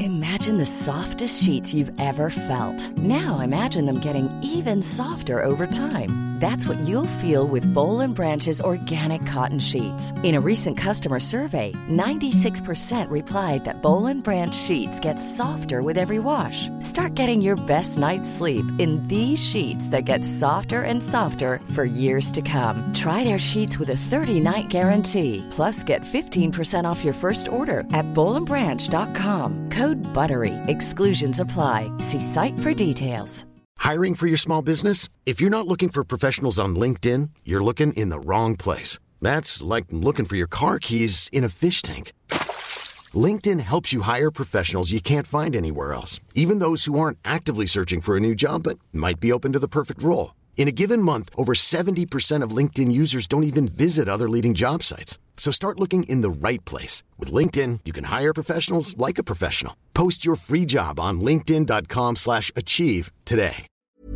Imagine the softest sheets you've ever felt. Now imagine them getting even softer over time. That's what you'll feel with Boll & Branch's organic cotton sheets. In a recent customer survey, 96% replied that Boll & Branch sheets get softer with every wash. Start getting your best night's sleep in these sheets that get softer and softer for years to come. Try their sheets with a 30-night guarantee. Plus, get 15% off your first order at bollandbranch.com. Code BUTTERY. Exclusions apply. See site for details. Hiring for your small business? If you're not looking for professionals on LinkedIn, you're looking in the wrong place. That's like looking for your car keys in a fish tank. LinkedIn helps you hire professionals you can't find anywhere else, even those who aren't actively searching for a new job but might be open to the perfect role. In a given month, over 70% of LinkedIn users don't even visit other leading job sites. So start looking in the right place. With LinkedIn, you can hire professionals like a professional. Post your free job on linkedin.com/achieve today.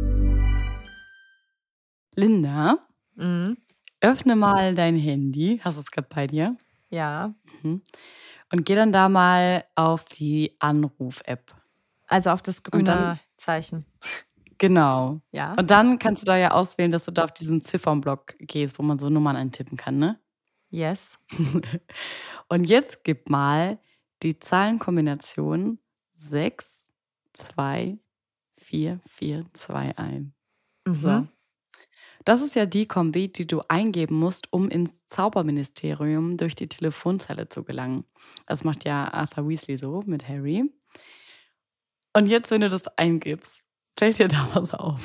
Linda, öffne mal dein Handy. Hast du es gerade bei dir? Ja. Und geh dann da mal auf die Anruf-App. Also auf das grüne Zeichen. Genau. Ja. Und dann kannst du da ja auswählen, dass du da auf diesen Ziffernblock gehst, wo man so Nummern eintippen kann, ne? Yes. Und jetzt gib mal die Zahlenkombination 6, 2, 4, 4, 2 ein. So. Das ist ja die Kombi, die du eingeben musst, um ins Zauberministerium durch die Telefonzelle zu gelangen. Das macht ja Arthur Weasley so mit Harry. Und jetzt, wenn du das eingibst, fällt dir da was auf?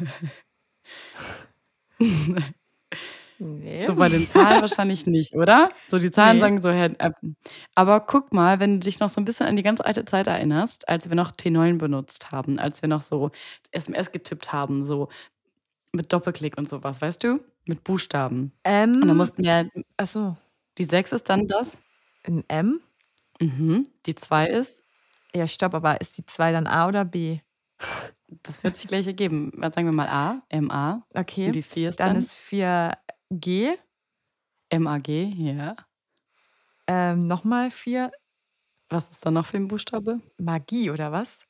Nee. So bei den Zahlen wahrscheinlich nicht, oder? So die Zahlen sagen so, aber guck mal, wenn du dich noch so ein bisschen an die ganz alte Zeit erinnerst, als wir noch T9 benutzt haben, als wir noch so SMS getippt haben, so mit Doppelklick und sowas, weißt du? Mit Buchstaben. Und dann mussten wir, Achso. die 6 ist dann das. Ein M? Die 2 ist? Ja, stopp, aber ist die 2 dann A oder B? Das wird sich gleich ergeben. Sagen wir mal A, MA. Okay. Und die 4 ist dann dann? Ist 4G. MAG, ja. Nochmal 4. Was ist dann noch für ein Buchstabe? Magie oder was?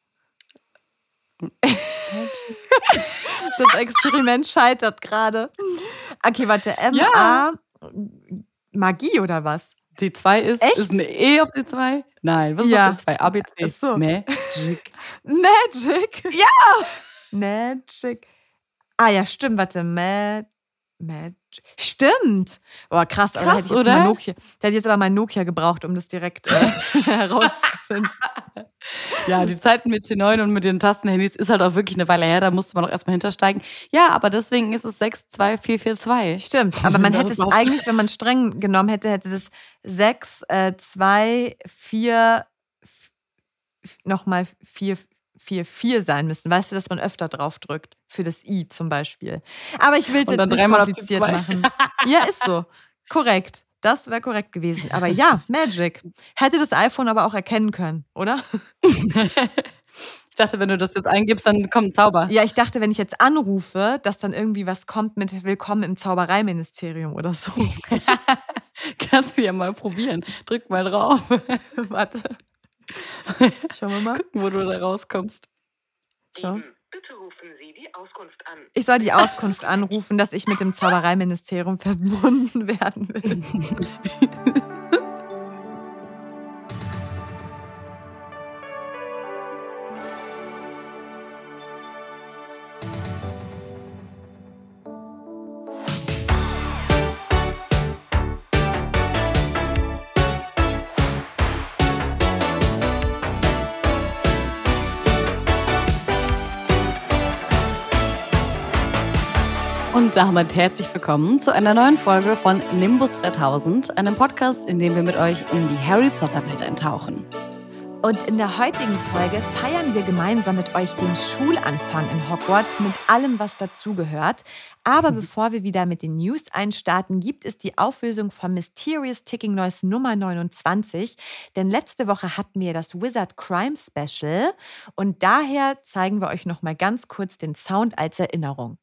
Das Experiment scheitert gerade. Okay, warte. MA. Magie oder was? Die 2 ist eine E auf die 2? Nein, was ist auf die 2? ABC. Ach so. Magic. Magic? Ja! Magic. Ah ja, stimmt, warte. Magic. Stimmt. Boah, krass, aber da hätte ich jetzt mal Nokia. Da hätte ich jetzt aber mal Nokia gebraucht, um das direkt herauszufinden. Ja, die Zeiten mit T9 und mit den Tastenhandys ist halt auch wirklich eine Weile her, da musste man auch erstmal hintersteigen. Ja, aber deswegen ist es 62442. Stimmt, aber man hätte es eigentlich, wenn man streng genommen hätte, hätte es 6, 2, 4, nochmal 4, 4 sein müssen. Weißt du, dass man öfter drauf drückt? Für das I zum Beispiel. Aber ich will es jetzt nicht kompliziert machen. Ja, ist so. Korrekt. Das wäre korrekt gewesen. Aber ja, Magic. Hätte das iPhone aber auch erkennen können, oder? Ich dachte, wenn du das jetzt eingibst, dann kommt ein Zauber. Ja, ich dachte, wenn ich jetzt anrufe, dass dann irgendwie was kommt mit Willkommen im Zaubereiministerium oder so. Kannst du ja mal probieren. Drück mal drauf. Warte. Schauen wir mal. Gucken, wo du da rauskommst. Schau. Bitte rufen Sie die Auskunft an. Ich soll die Auskunft anrufen, dass ich mit dem Zaubereiministerium verbunden werden will. Und damit herzlich willkommen zu einer neuen Folge von Nimbus 3000, einem Podcast, in dem wir mit euch in die Harry Potter Welt eintauchen. Und in der heutigen Folge feiern wir gemeinsam mit euch den Schulanfang in Hogwarts mit allem, was dazugehört. Aber bevor wir wieder mit den News einstarten, gibt es die Auflösung von Mysterious Ticking Noise Nummer 29. Denn letzte Woche hatten wir das Wizard Crime Special. Und daher zeigen wir euch noch mal ganz kurz den Sound als Erinnerung.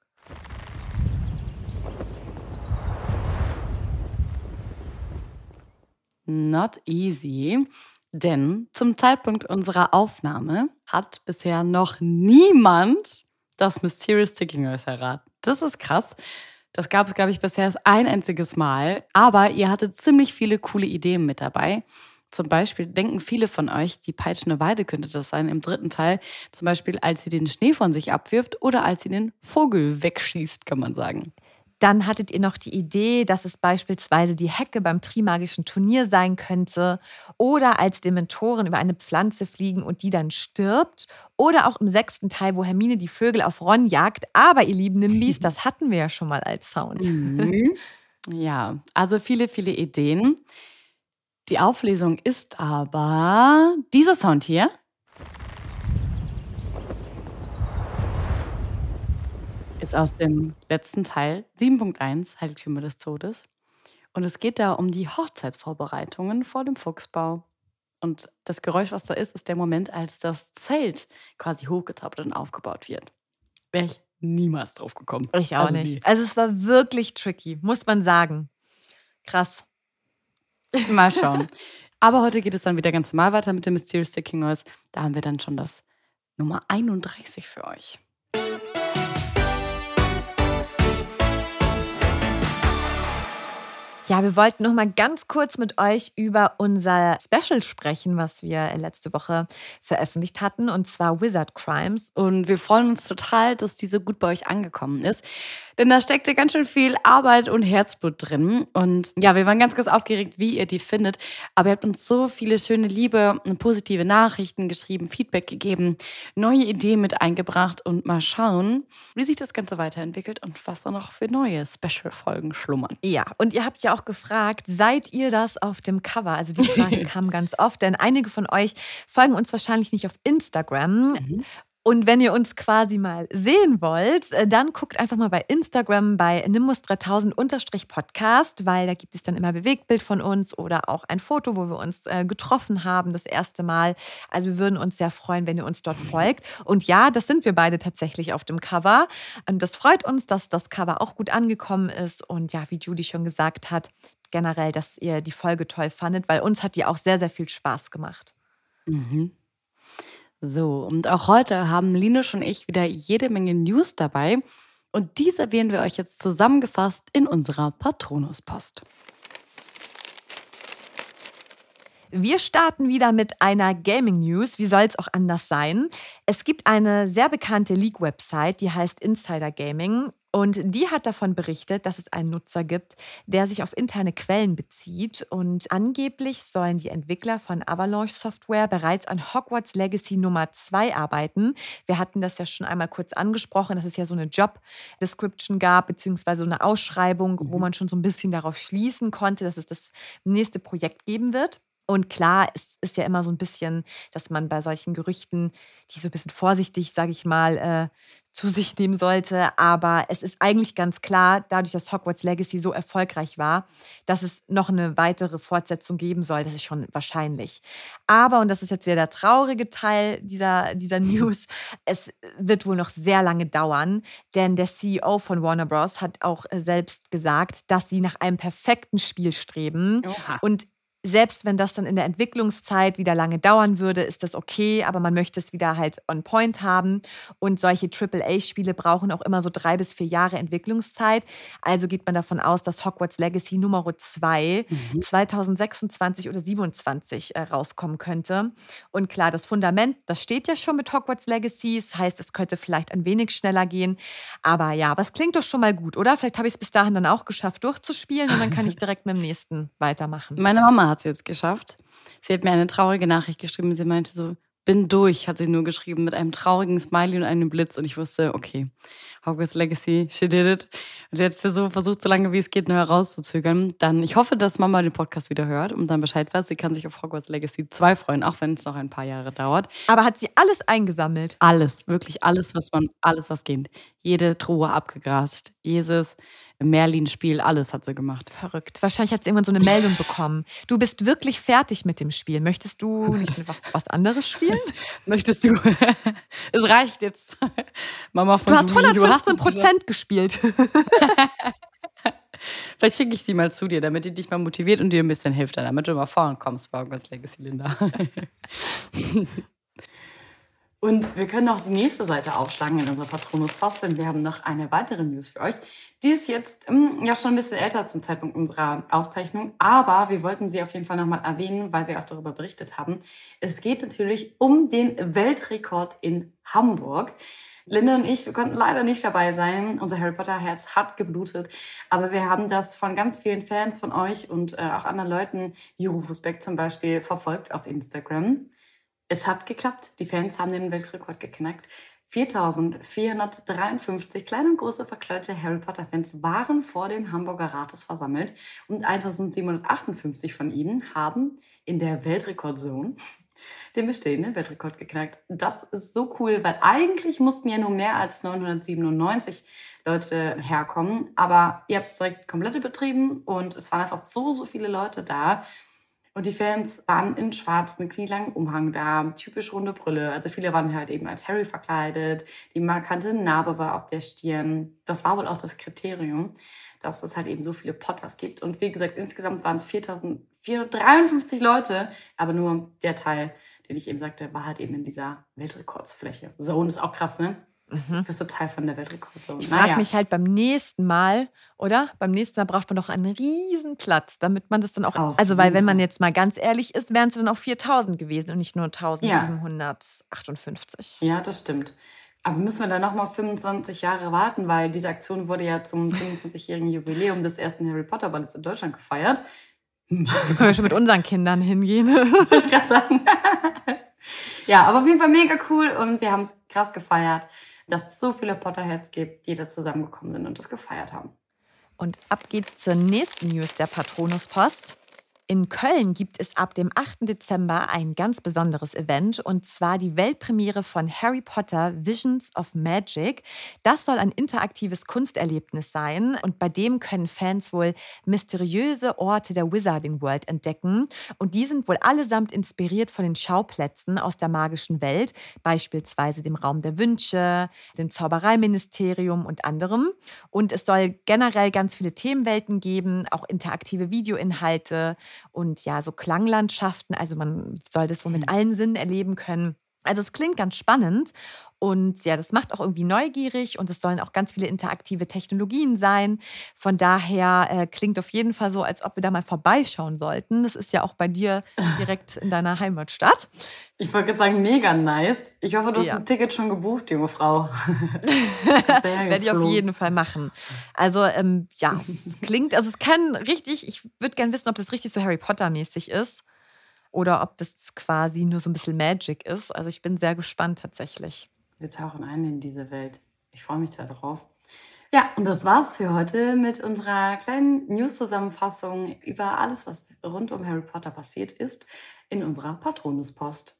Not easy. Denn zum Zeitpunkt unserer Aufnahme hat bisher noch niemand das Mysterious Sticky Noise erraten. Das ist krass. Das gab es, glaube ich, bisher erst ein einziges Mal. Aber ihr hattet ziemlich viele coole Ideen mit dabei. Zum Beispiel denken viele von euch, die peitschende Weide könnte das sein im 3. Teil. Zum Beispiel, als sie den Schnee von sich abwirft oder als sie den Vogel wegschießt, kann man sagen. Dann hattet ihr noch die Idee, dass es beispielsweise die Hecke beim Trimagischen Turnier sein könnte oder als Dementoren über eine Pflanze fliegen und die dann stirbt. Oder auch im 6. Teil, wo Hermine die Vögel auf Ron jagt. Aber ihr lieben Nimbys, das hatten wir ja schon mal als Sound. Ja, also viele, viele Ideen. Die Auflösung ist aber dieser Sound hier. Ist aus dem letzten Teil, 7.1, Heiligtümer des Todes. Und es geht da um die Hochzeitsvorbereitungen vor dem Fuchsbau. Und das Geräusch, was da ist der Moment, als das Zelt quasi hochgezaubert und aufgebaut wird. Wäre ich niemals drauf gekommen. Ich auch nicht. Nie. Also es war wirklich tricky, muss man sagen. Krass. Mal schauen. Aber heute geht es dann wieder ganz normal weiter mit dem Mysterious Sticky Noise. Da haben wir dann schon das Nummer 31 für euch. Ja, wir wollten noch mal ganz kurz mit euch über unser Special sprechen, was wir letzte Woche veröffentlicht hatten, und zwar Wizard Crimes. Und wir freuen uns total, dass die so gut bei euch angekommen ist. Denn da steckte ganz schön viel Arbeit und Herzblut drin. Und ja, wir waren ganz, ganz aufgeregt, wie ihr die findet. Aber ihr habt uns so viele schöne, liebe und positive Nachrichten geschrieben, Feedback gegeben, neue Ideen mit eingebracht. Und mal schauen, wie sich das Ganze weiterentwickelt und was da noch für neue Special-Folgen schlummern. Ja, und ihr habt ja auch gefragt, seid ihr das auf dem Cover? Also die Frage kam ganz oft, denn einige von euch folgen uns wahrscheinlich nicht auf Instagram. Und wenn ihr uns quasi mal sehen wollt, dann guckt einfach mal bei Instagram bei Nimbus3000_Podcast, weil da gibt es dann immer Bewegtbild von uns oder auch ein Foto, wo wir uns getroffen haben das erste Mal. Also wir würden uns sehr freuen, wenn ihr uns dort folgt. Und ja, das sind wir beide tatsächlich auf dem Cover. Und das freut uns, dass das Cover auch gut angekommen ist. Und ja, wie Judy schon gesagt hat, generell, dass ihr die Folge toll fandet, weil uns hat die auch sehr, sehr viel Spaß gemacht. So, und auch heute haben Linus und ich wieder jede Menge News dabei. Und die servieren wir euch jetzt zusammengefasst in unserer Patronus-Post. Wir starten wieder mit einer Gaming-News. Wie soll es auch anders sein? Es gibt eine sehr bekannte League-Website, die heißt Insider Gaming. Und die hat davon berichtet, dass es einen Nutzer gibt, der sich auf interne Quellen bezieht. Und angeblich sollen die Entwickler von Avalanche Software bereits an Hogwarts Legacy Nummer 2 arbeiten. Wir hatten das ja schon einmal kurz angesprochen, dass es ja so eine Job-Description gab, beziehungsweise so eine Ausschreibung, wo man schon so ein bisschen darauf schließen konnte, dass es das nächste Projekt geben wird. Und klar, es ist ja immer so ein bisschen, dass man bei solchen Gerüchten die so ein bisschen vorsichtig, sage ich mal, zu sich nehmen sollte. Aber es ist eigentlich ganz klar, dadurch, dass Hogwarts Legacy so erfolgreich war, dass es noch eine weitere Fortsetzung geben soll. Das ist schon wahrscheinlich. Aber, und das ist jetzt wieder der traurige Teil dieser News, es wird wohl noch sehr lange dauern. Denn der CEO von Warner Bros. Hat auch selbst gesagt, dass sie nach einem perfekten Spiel streben. Oha. Und selbst wenn das dann in der Entwicklungszeit wieder lange dauern würde, ist das okay, aber man möchte es wieder halt on point haben. Und solche AAA-Spiele brauchen auch immer so 3 bis 4 Jahre Entwicklungszeit. Also geht man davon aus, dass Hogwarts Legacy Nummer 2 2026 oder 2027 rauskommen könnte. Und klar, das Fundament, das steht ja schon mit Hogwarts Legacy. Das heißt, es könnte vielleicht ein wenig schneller gehen. Aber ja, aber es klingt doch schon mal gut, oder? Vielleicht habe ich es bis dahin dann auch geschafft, durchzuspielen und dann kann ich direkt mit dem nächsten weitermachen. Meine Mama hat es jetzt geschafft. Sie hat mir eine traurige Nachricht geschrieben. Sie meinte so, bin durch, hat sie nur geschrieben, mit einem traurigen Smiley und einem Blitz. Und ich wusste, okay, Hogwarts Legacy, she did it. Und sie hat es so versucht, so lange wie es geht, nur herauszuzögern. Dann, ich hoffe, dass Mama den Podcast wieder hört und dann Bescheid weiß. Sie kann sich auf Hogwarts Legacy 2 freuen, auch wenn es noch ein paar Jahre dauert. Aber hat sie alles eingesammelt? Alles, wirklich alles, was geht. Jede Truhe abgegrast, jedes Merlin-Spiel, alles hat sie gemacht. Verrückt. Wahrscheinlich hat sie irgendwann so eine Meldung bekommen. Du bist wirklich fertig mit dem Spiel. Möchtest du nicht einfach was anderes spielen? Möchtest du? Es reicht jetzt. Mama von Du hast Louis, 115% gespielt. Vielleicht schicke ich sie mal zu dir, damit die dich mal motiviert und dir ein bisschen hilft, damit du mal vorne kommst bei Hogwarts Legacy, Linda. Und wir können auch die nächste Seite aufschlagen in unserer Patronus-Post, denn wir haben noch eine weitere News für euch. Die ist jetzt ja schon ein bisschen älter zum Zeitpunkt unserer Aufzeichnung, aber wir wollten sie auf jeden Fall nochmal erwähnen, weil wir auch darüber berichtet haben. Es geht natürlich um den Weltrekord in Hamburg. Linda und ich, wir konnten leider nicht dabei sein. Unser Harry Potter-Herz hat geblutet. Aber wir haben das von ganz vielen Fans von euch und auch anderen Leuten, wie Rufus Beck zum Beispiel, verfolgt auf Instagram. Es hat geklappt. Die Fans haben den Weltrekord geknackt. 4.453 kleine und große verkleidete Harry Potter-Fans waren vor dem Hamburger Rathaus versammelt und 1.758 von ihnen haben in der Weltrekordzone den bestehenden Weltrekord geknackt. Das ist so cool, weil eigentlich mussten ja nur mehr als 997 Leute herkommen, aber ihr habt es direkt komplett übertrieben und es waren einfach so viele Leute da. Und die Fans waren in schwarzen, knielangen Umhang da, typisch runde Brille. Also viele waren halt eben als Harry verkleidet. Die markante Narbe war auf der Stirn. Das war wohl auch das Kriterium, dass es halt eben so viele Potters gibt. Und wie gesagt, insgesamt waren es 4.453 Leute. Aber nur der Teil, den ich eben sagte, war halt eben in dieser Weltrekordsfläche. Zone ist auch krass, ne? Du bist Teil von der Weltrekordzone. Ich frage mich halt beim nächsten Mal, oder? Beim nächsten Mal braucht man doch einen riesen Platz, damit man das dann auch... Also, weil wenn man jetzt mal ganz ehrlich ist, wären es dann auch 4.000 gewesen und nicht nur 1.758. Ja, das stimmt. Aber müssen wir dann nochmal 25 Jahre warten, weil diese Aktion wurde ja zum 25-jährigen Jubiläum des ersten Harry Potter Balletts in Deutschland gefeiert. Wir können ja schon mit unseren Kindern hingehen. Wollte ich gerade sagen. Ja, aber auf jeden Fall mega cool und wir haben es krass gefeiert, dass es so viele Potterheads gibt, die da zusammengekommen sind und das gefeiert haben. Und ab geht's zur nächsten News der Patronus-Post. In Köln gibt es ab dem 8. Dezember ein ganz besonderes Event, und zwar die Weltpremiere von Harry Potter Visions of Magic. Das soll ein interaktives Kunsterlebnis sein und bei dem können Fans wohl mysteriöse Orte der Wizarding World entdecken. Und die sind wohl allesamt inspiriert von den Schauplätzen aus der magischen Welt, beispielsweise dem Raum der Wünsche, dem Zaubereiministerium und anderem. Und es soll generell ganz viele Themenwelten geben, auch interaktive Videoinhalte und ja, so Klanglandschaften. Also man soll das wohl mit allen Sinnen erleben können. Also es klingt ganz spannend und ja, das macht auch irgendwie neugierig und es sollen auch ganz viele interaktive Technologien sein. Von daher klingt auf jeden Fall so, als ob wir da mal vorbeischauen sollten. Das ist ja auch bei dir direkt in deiner Heimatstadt. Ich wollte gerade sagen, mega nice. Ich hoffe, du hast ein Ticket schon gebucht, junge Frau. Werde ich auf jeden Fall machen. Also ja, es klingt, also es kann richtig, ich würde gerne wissen, ob das richtig so Harry Potter-mäßig ist. Oder ob das quasi nur so ein bisschen Magic ist. Also ich bin sehr gespannt tatsächlich. Wir tauchen ein in diese Welt. Ich freue mich darauf. Ja, und das war's für heute mit unserer kleinen News-Zusammenfassung über alles, was rund um Harry Potter passiert ist, in unserer Patronus-Post.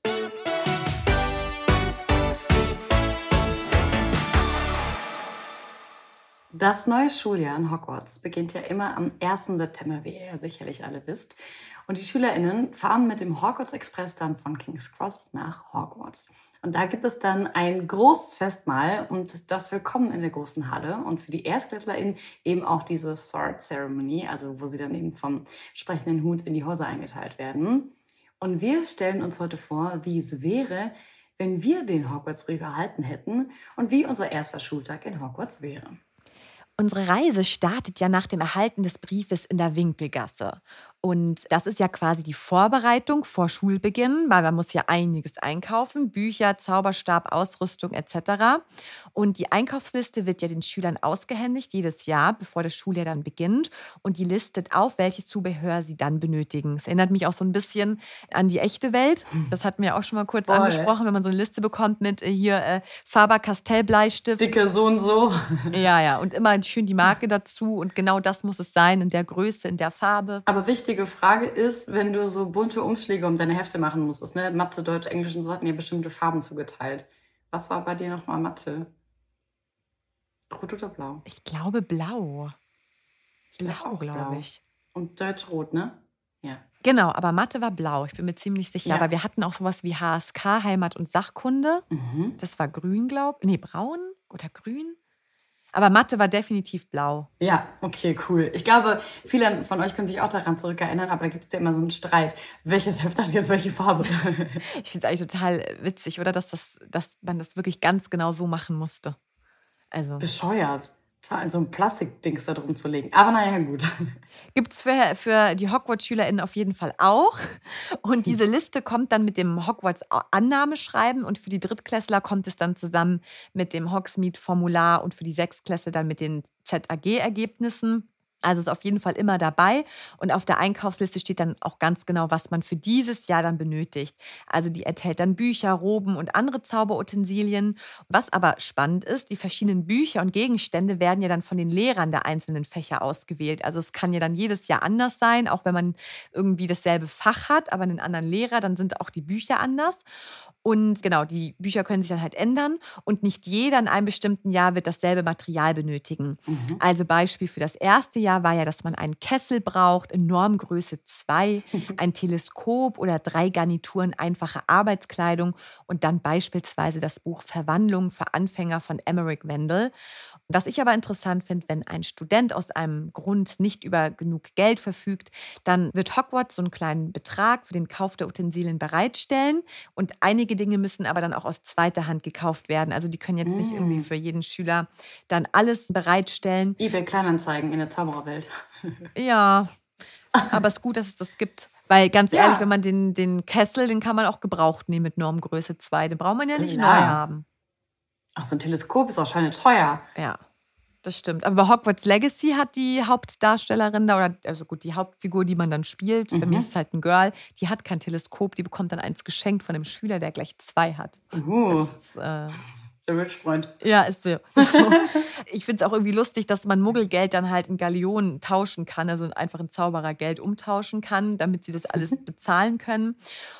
Das neue Schuljahr in Hogwarts beginnt ja immer am 1. September, wie ihr ja sicherlich alle wisst. Und die SchülerInnen fahren mit dem Hogwarts Express dann von King's Cross nach Hogwarts. Und da gibt es dann ein großes Festmahl und das Willkommen in der großen Halle. Und für die ErstklässlerInnen eben auch diese Sword Ceremony, also wo sie dann eben vom sprechenden Hut in die Hose eingeteilt werden. Und wir stellen uns heute vor, wie es wäre, wenn wir den Hogwarts-Brief erhalten hätten und wie unser erster Schultag in Hogwarts wäre. Unsere Reise startet ja nach dem Erhalten des Briefes in der Winkelgasse. Und das ist ja quasi die Vorbereitung vor Schulbeginn, weil man muss ja einiges einkaufen, Bücher, Zauberstab, Ausrüstung etc. Und die Einkaufsliste wird ja den Schülern ausgehändigt jedes Jahr, bevor das Schuljahr dann beginnt. Und die listet auf, welches Zubehör sie dann benötigen. Es erinnert mich auch so ein bisschen an die echte Welt. Das hatten wir auch schon mal kurz angesprochen, wenn man so eine Liste bekommt mit hier Faber-Castell-Bleistift. Dicke so und so. Ja, und immer schön die Marke dazu. Und genau das muss es sein, in der Größe, in der Farbe. Aber wichtige Frage ist, wenn du so bunte Umschläge um deine Hefte machen musstest, ne? Mathe, Deutsch, Englisch und so hatten ja bestimmte Farben zugeteilt. Was war bei dir nochmal Mathe? Rot oder blau? Ich glaube blau. Blau, glaube ich. Und Deutsch rot, ne? Ja. Genau, aber Mathe war blau, ich bin mir ziemlich sicher. Ja. Aber wir hatten auch sowas wie HSK, Heimat- und Sachkunde. Das war grün, glaube ich. Nee, braun oder grün? Aber Mathe war definitiv blau. Ja, okay, cool. Ich glaube, viele von euch können sich auch daran zurückerinnern, aber da gibt es ja immer so einen Streit. Welches Heft hat jetzt welche Farbe? Ich finde es eigentlich total witzig, oder? Dass man das wirklich ganz genau so machen musste. Also. Bescheuert. So ein Plastikdings da drum zu legen. Aber naja, gut. Gibt es für die Hogwarts-SchülerInnen auf jeden Fall auch. Und diese Liste kommt dann mit dem Hogwarts-Annahmeschreiben und für die Drittklässler kommt es dann zusammen mit dem Hogsmeade-Formular und für die Sechstklässler dann mit den ZAG-Ergebnissen. Also ist auf jeden Fall immer dabei. Und auf der Einkaufsliste steht dann auch ganz genau, was man für dieses Jahr dann benötigt. Also die enthält dann Bücher, Roben und andere Zauberutensilien. Was aber spannend ist, die verschiedenen Bücher und Gegenstände werden ja dann von den Lehrern der einzelnen Fächer ausgewählt. Also es kann ja dann jedes Jahr anders sein, auch wenn man irgendwie dasselbe Fach hat, aber einen anderen Lehrer, dann sind auch die Bücher anders. Und genau, die Bücher können sich dann halt ändern und nicht jeder in einem bestimmten Jahr wird dasselbe Material benötigen. Also Beispiel für das erste Jahr war ja, dass man einen Kessel braucht in Normgröße 2, ein Teleskop oder 3 Garnituren einfache Arbeitskleidung und dann beispielsweise das Buch Verwandlung für Anfänger von Emmerich Wendell. Was ich aber interessant finde, wenn ein Student aus einem Grund nicht über genug Geld verfügt, dann wird Hogwarts so einen kleinen Betrag für den Kauf der Utensilien bereitstellen und einige Dinge müssen aber dann auch aus zweiter Hand gekauft werden. Also die können jetzt nicht irgendwie für jeden Schüler dann alles bereitstellen. eBay Kleinanzeigen in der Zaubererwelt. Ja, aber es ist gut, dass es das gibt. Weil ganz ehrlich, wenn man den Kessel, den kann man auch gebraucht nehmen mit Normgröße 2. Den braucht man ja nicht neu haben. Ach, so ein Teleskop ist wahrscheinlich teuer. Ja, das stimmt. Aber bei Hogwarts Legacy hat die Hauptdarstellerin da, oder also gut, die Hauptfigur, die man dann spielt, bei mir ist es halt ein Girl, die hat kein Teleskop, die bekommt dann eins geschenkt von einem Schüler, der gleich 2 hat. Der Rich-Freund. Ja, ist so. Ich finde es auch irgendwie lustig, dass man Muggelgeld dann halt in Galeonen tauschen kann, also einfach in Zauberergeld umtauschen kann, damit sie das alles bezahlen können.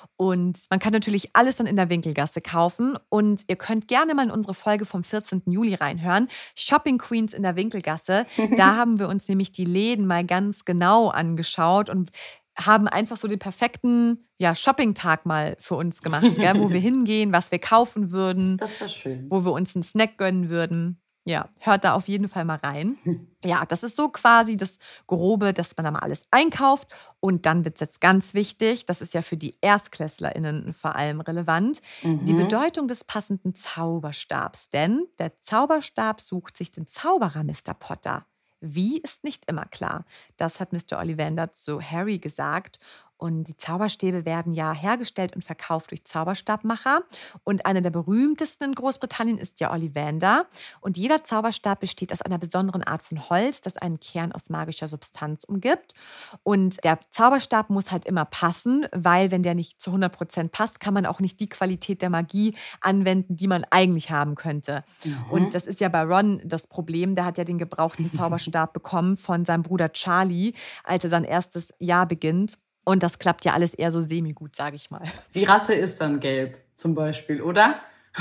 Und man kann natürlich alles dann in der Winkelgasse kaufen. Und ihr könnt gerne mal in unsere Folge vom 14. Juli reinhören. Shopping Queens in der Winkelgasse. Da haben wir uns nämlich die Läden mal ganz genau angeschaut und haben einfach so den perfekten Shopping-Tag mal für uns gemacht, gell? Wo wir hingehen, was wir kaufen würden. Das war schön. Wo wir uns einen Snack gönnen würden. Ja, hört da auf jeden Fall mal rein. Ja, das ist so quasi das Grobe, dass man da mal alles einkauft. Und dann wird es jetzt ganz wichtig, das ist ja für die ErstklässlerInnen vor allem relevant, die Bedeutung des passenden Zauberstabs. Denn der Zauberstab sucht sich den Zauberer Mr. Potter. Wie ist nicht immer klar. Das hat Mr. Ollivander zu Harry gesagt. Und die Zauberstäbe werden ja hergestellt und verkauft durch Zauberstabmacher. Und einer der berühmtesten in Großbritannien ist ja Ollivander. Und jeder Zauberstab besteht aus einer besonderen Art von Holz, das einen Kern aus magischer Substanz umgibt. Und der Zauberstab muss halt immer passen, weil wenn der nicht zu 100% passt, kann man auch nicht die Qualität der Magie anwenden, die man eigentlich haben könnte. Und das ist ja bei Ron das Problem. Der hat ja den gebrauchten Zauberstab bekommen von seinem Bruder Charlie, als er sein erstes Jahr beginnt. Und das klappt ja alles eher so semi-gut, sage ich mal. Die Ratte ist dann gelb, zum Beispiel, oder?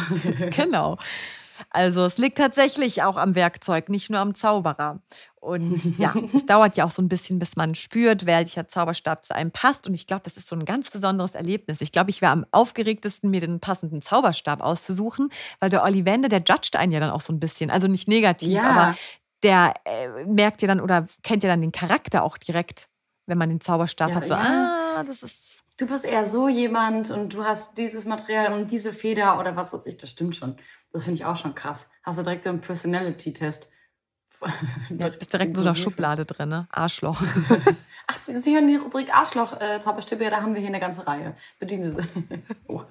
Genau. Also es liegt tatsächlich auch am Werkzeug, nicht nur am Zauberer. Und ja, es dauert ja auch so ein bisschen, bis man spürt, welcher Zauberstab zu einem passt. Und ich glaube, das ist so ein ganz besonderes Erlebnis. Ich glaube, ich wäre am aufgeregtesten, mir den passenden Zauberstab auszusuchen, weil der Ollivander, der judgt einen ja dann auch so ein bisschen. Also nicht negativ, aber der merkt ja dann oder kennt ja dann den Charakter auch direkt, wenn man den Zauberstab hat. So, das ist... Du bist eher so jemand und du hast dieses Material und diese Feder oder was weiß ich, das stimmt schon. Das finde ich auch schon krass. Hast du direkt so einen Personality-Test. Ja, bist direkt in so einer Schublade drin, ne? Arschloch. Ach, Sie hören die Rubrik Arschloch, Zauberstäbe, da haben wir hier eine ganze Reihe. Bedienen Sie. Oh.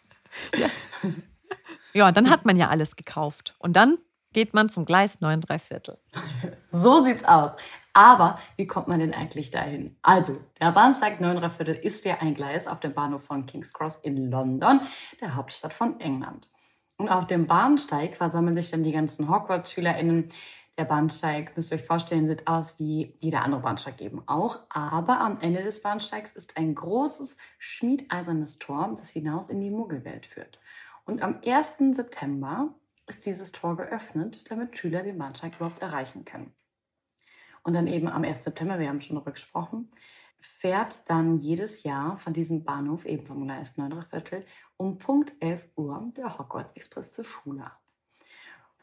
Ja, dann hat man ja alles gekauft. Und dann geht man zum Gleis 9 3/4. So sieht's aus. Aber wie kommt man denn eigentlich dahin? Also, der Bahnsteig 9 3/4 ist ja ein Gleis auf dem Bahnhof von King's Cross in London, der Hauptstadt von England. Und auf dem Bahnsteig versammeln sich dann die ganzen Hogwarts-SchülerInnen. Der Bahnsteig, müsst ihr euch vorstellen, sieht aus wie jeder andere Bahnsteig eben auch. Aber am Ende des Bahnsteigs ist ein großes, schmiedeisernes Tor, das hinaus in die Muggelwelt führt. Und am 1. September ist dieses Tor geöffnet, damit Schüler den Bahnsteig überhaupt erreichen können. Und dann eben am 1. September, wir haben schon darüber gesprochen, fährt dann jedes Jahr von diesem Bahnhof, eben vom Gleis 9 3/4, um Punkt 11 Uhr der Hogwarts Express zur Schule ab.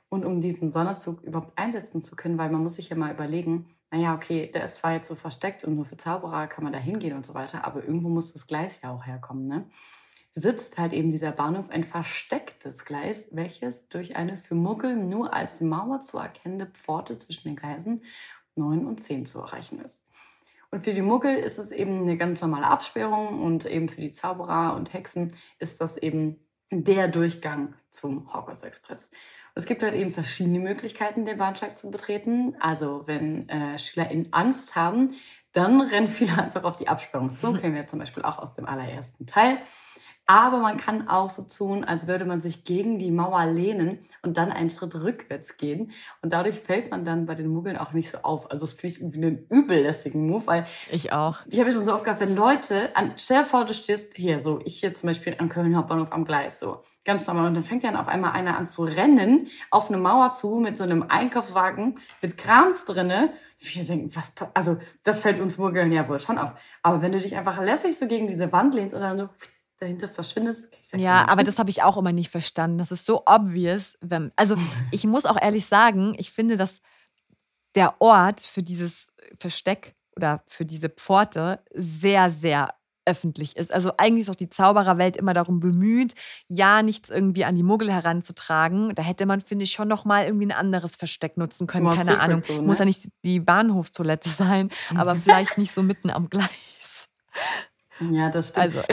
Und um diesen Sonderzug überhaupt einsetzen zu können, weil man muss sich ja mal überlegen, naja, okay, der ist zwar jetzt so versteckt und nur für Zauberer kann man da hingehen und so weiter, aber irgendwo muss das Gleis ja auch herkommen, ne? Sitzt halt eben dieser Bahnhof ein verstecktes Gleis, welches durch eine für Muggel nur als Mauer zu erkennende Pforte zwischen den Gleisen 9 und 10 zu erreichen ist. Und für die Muggel ist es eben eine ganz normale Absperrung und eben für die Zauberer und Hexen ist das eben der Durchgang zum Hogwarts Express. Es gibt halt eben verschiedene Möglichkeiten, den Bahnsteig zu betreten. Also wenn SchülerInnen Angst haben, dann rennen viele einfach auf die Absperrung zu. Kennen wir zum Beispiel auch aus dem allerersten Teil. Aber man kann auch so tun, als würde man sich gegen die Mauer lehnen und dann einen Schritt rückwärts gehen. Und dadurch fällt man dann bei den Muggeln auch nicht so auf. Also das finde ich irgendwie einen übellässigen Move, weil Ich auch. ich habe ja schon so oft gehabt, wenn Leute, stell dir vor, du stehst hier so, ich hier zum Beispiel am Köln Hauptbahnhof am Gleis, so ganz normal. Und dann fängt dann auf einmal einer an zu rennen auf eine Mauer zu mit so einem Einkaufswagen mit Krams drinne. Wir denken, also das fällt uns Muggeln ja wohl schon auf. Aber wenn du dich einfach lässig so gegen diese Wand lehnst und dann so dahinter verschwindest. Ja, aber das habe ich auch immer nicht verstanden. Das ist so obvious. Also ich muss auch ehrlich sagen, ich finde, dass der Ort für dieses Versteck oder für diese Pforte sehr, sehr öffentlich ist. Also eigentlich ist auch die Zaubererwelt immer darum bemüht, ja, nichts irgendwie an die Muggel heranzutragen. Da hätte man, finde ich, schon nochmal irgendwie ein anderes Versteck nutzen können. More Keine secret Ahnung. so, ne? Muss ja nicht die Bahnhofstoilette sein, aber vielleicht nicht so mitten am Gleis. Ja, das stimmt. Also,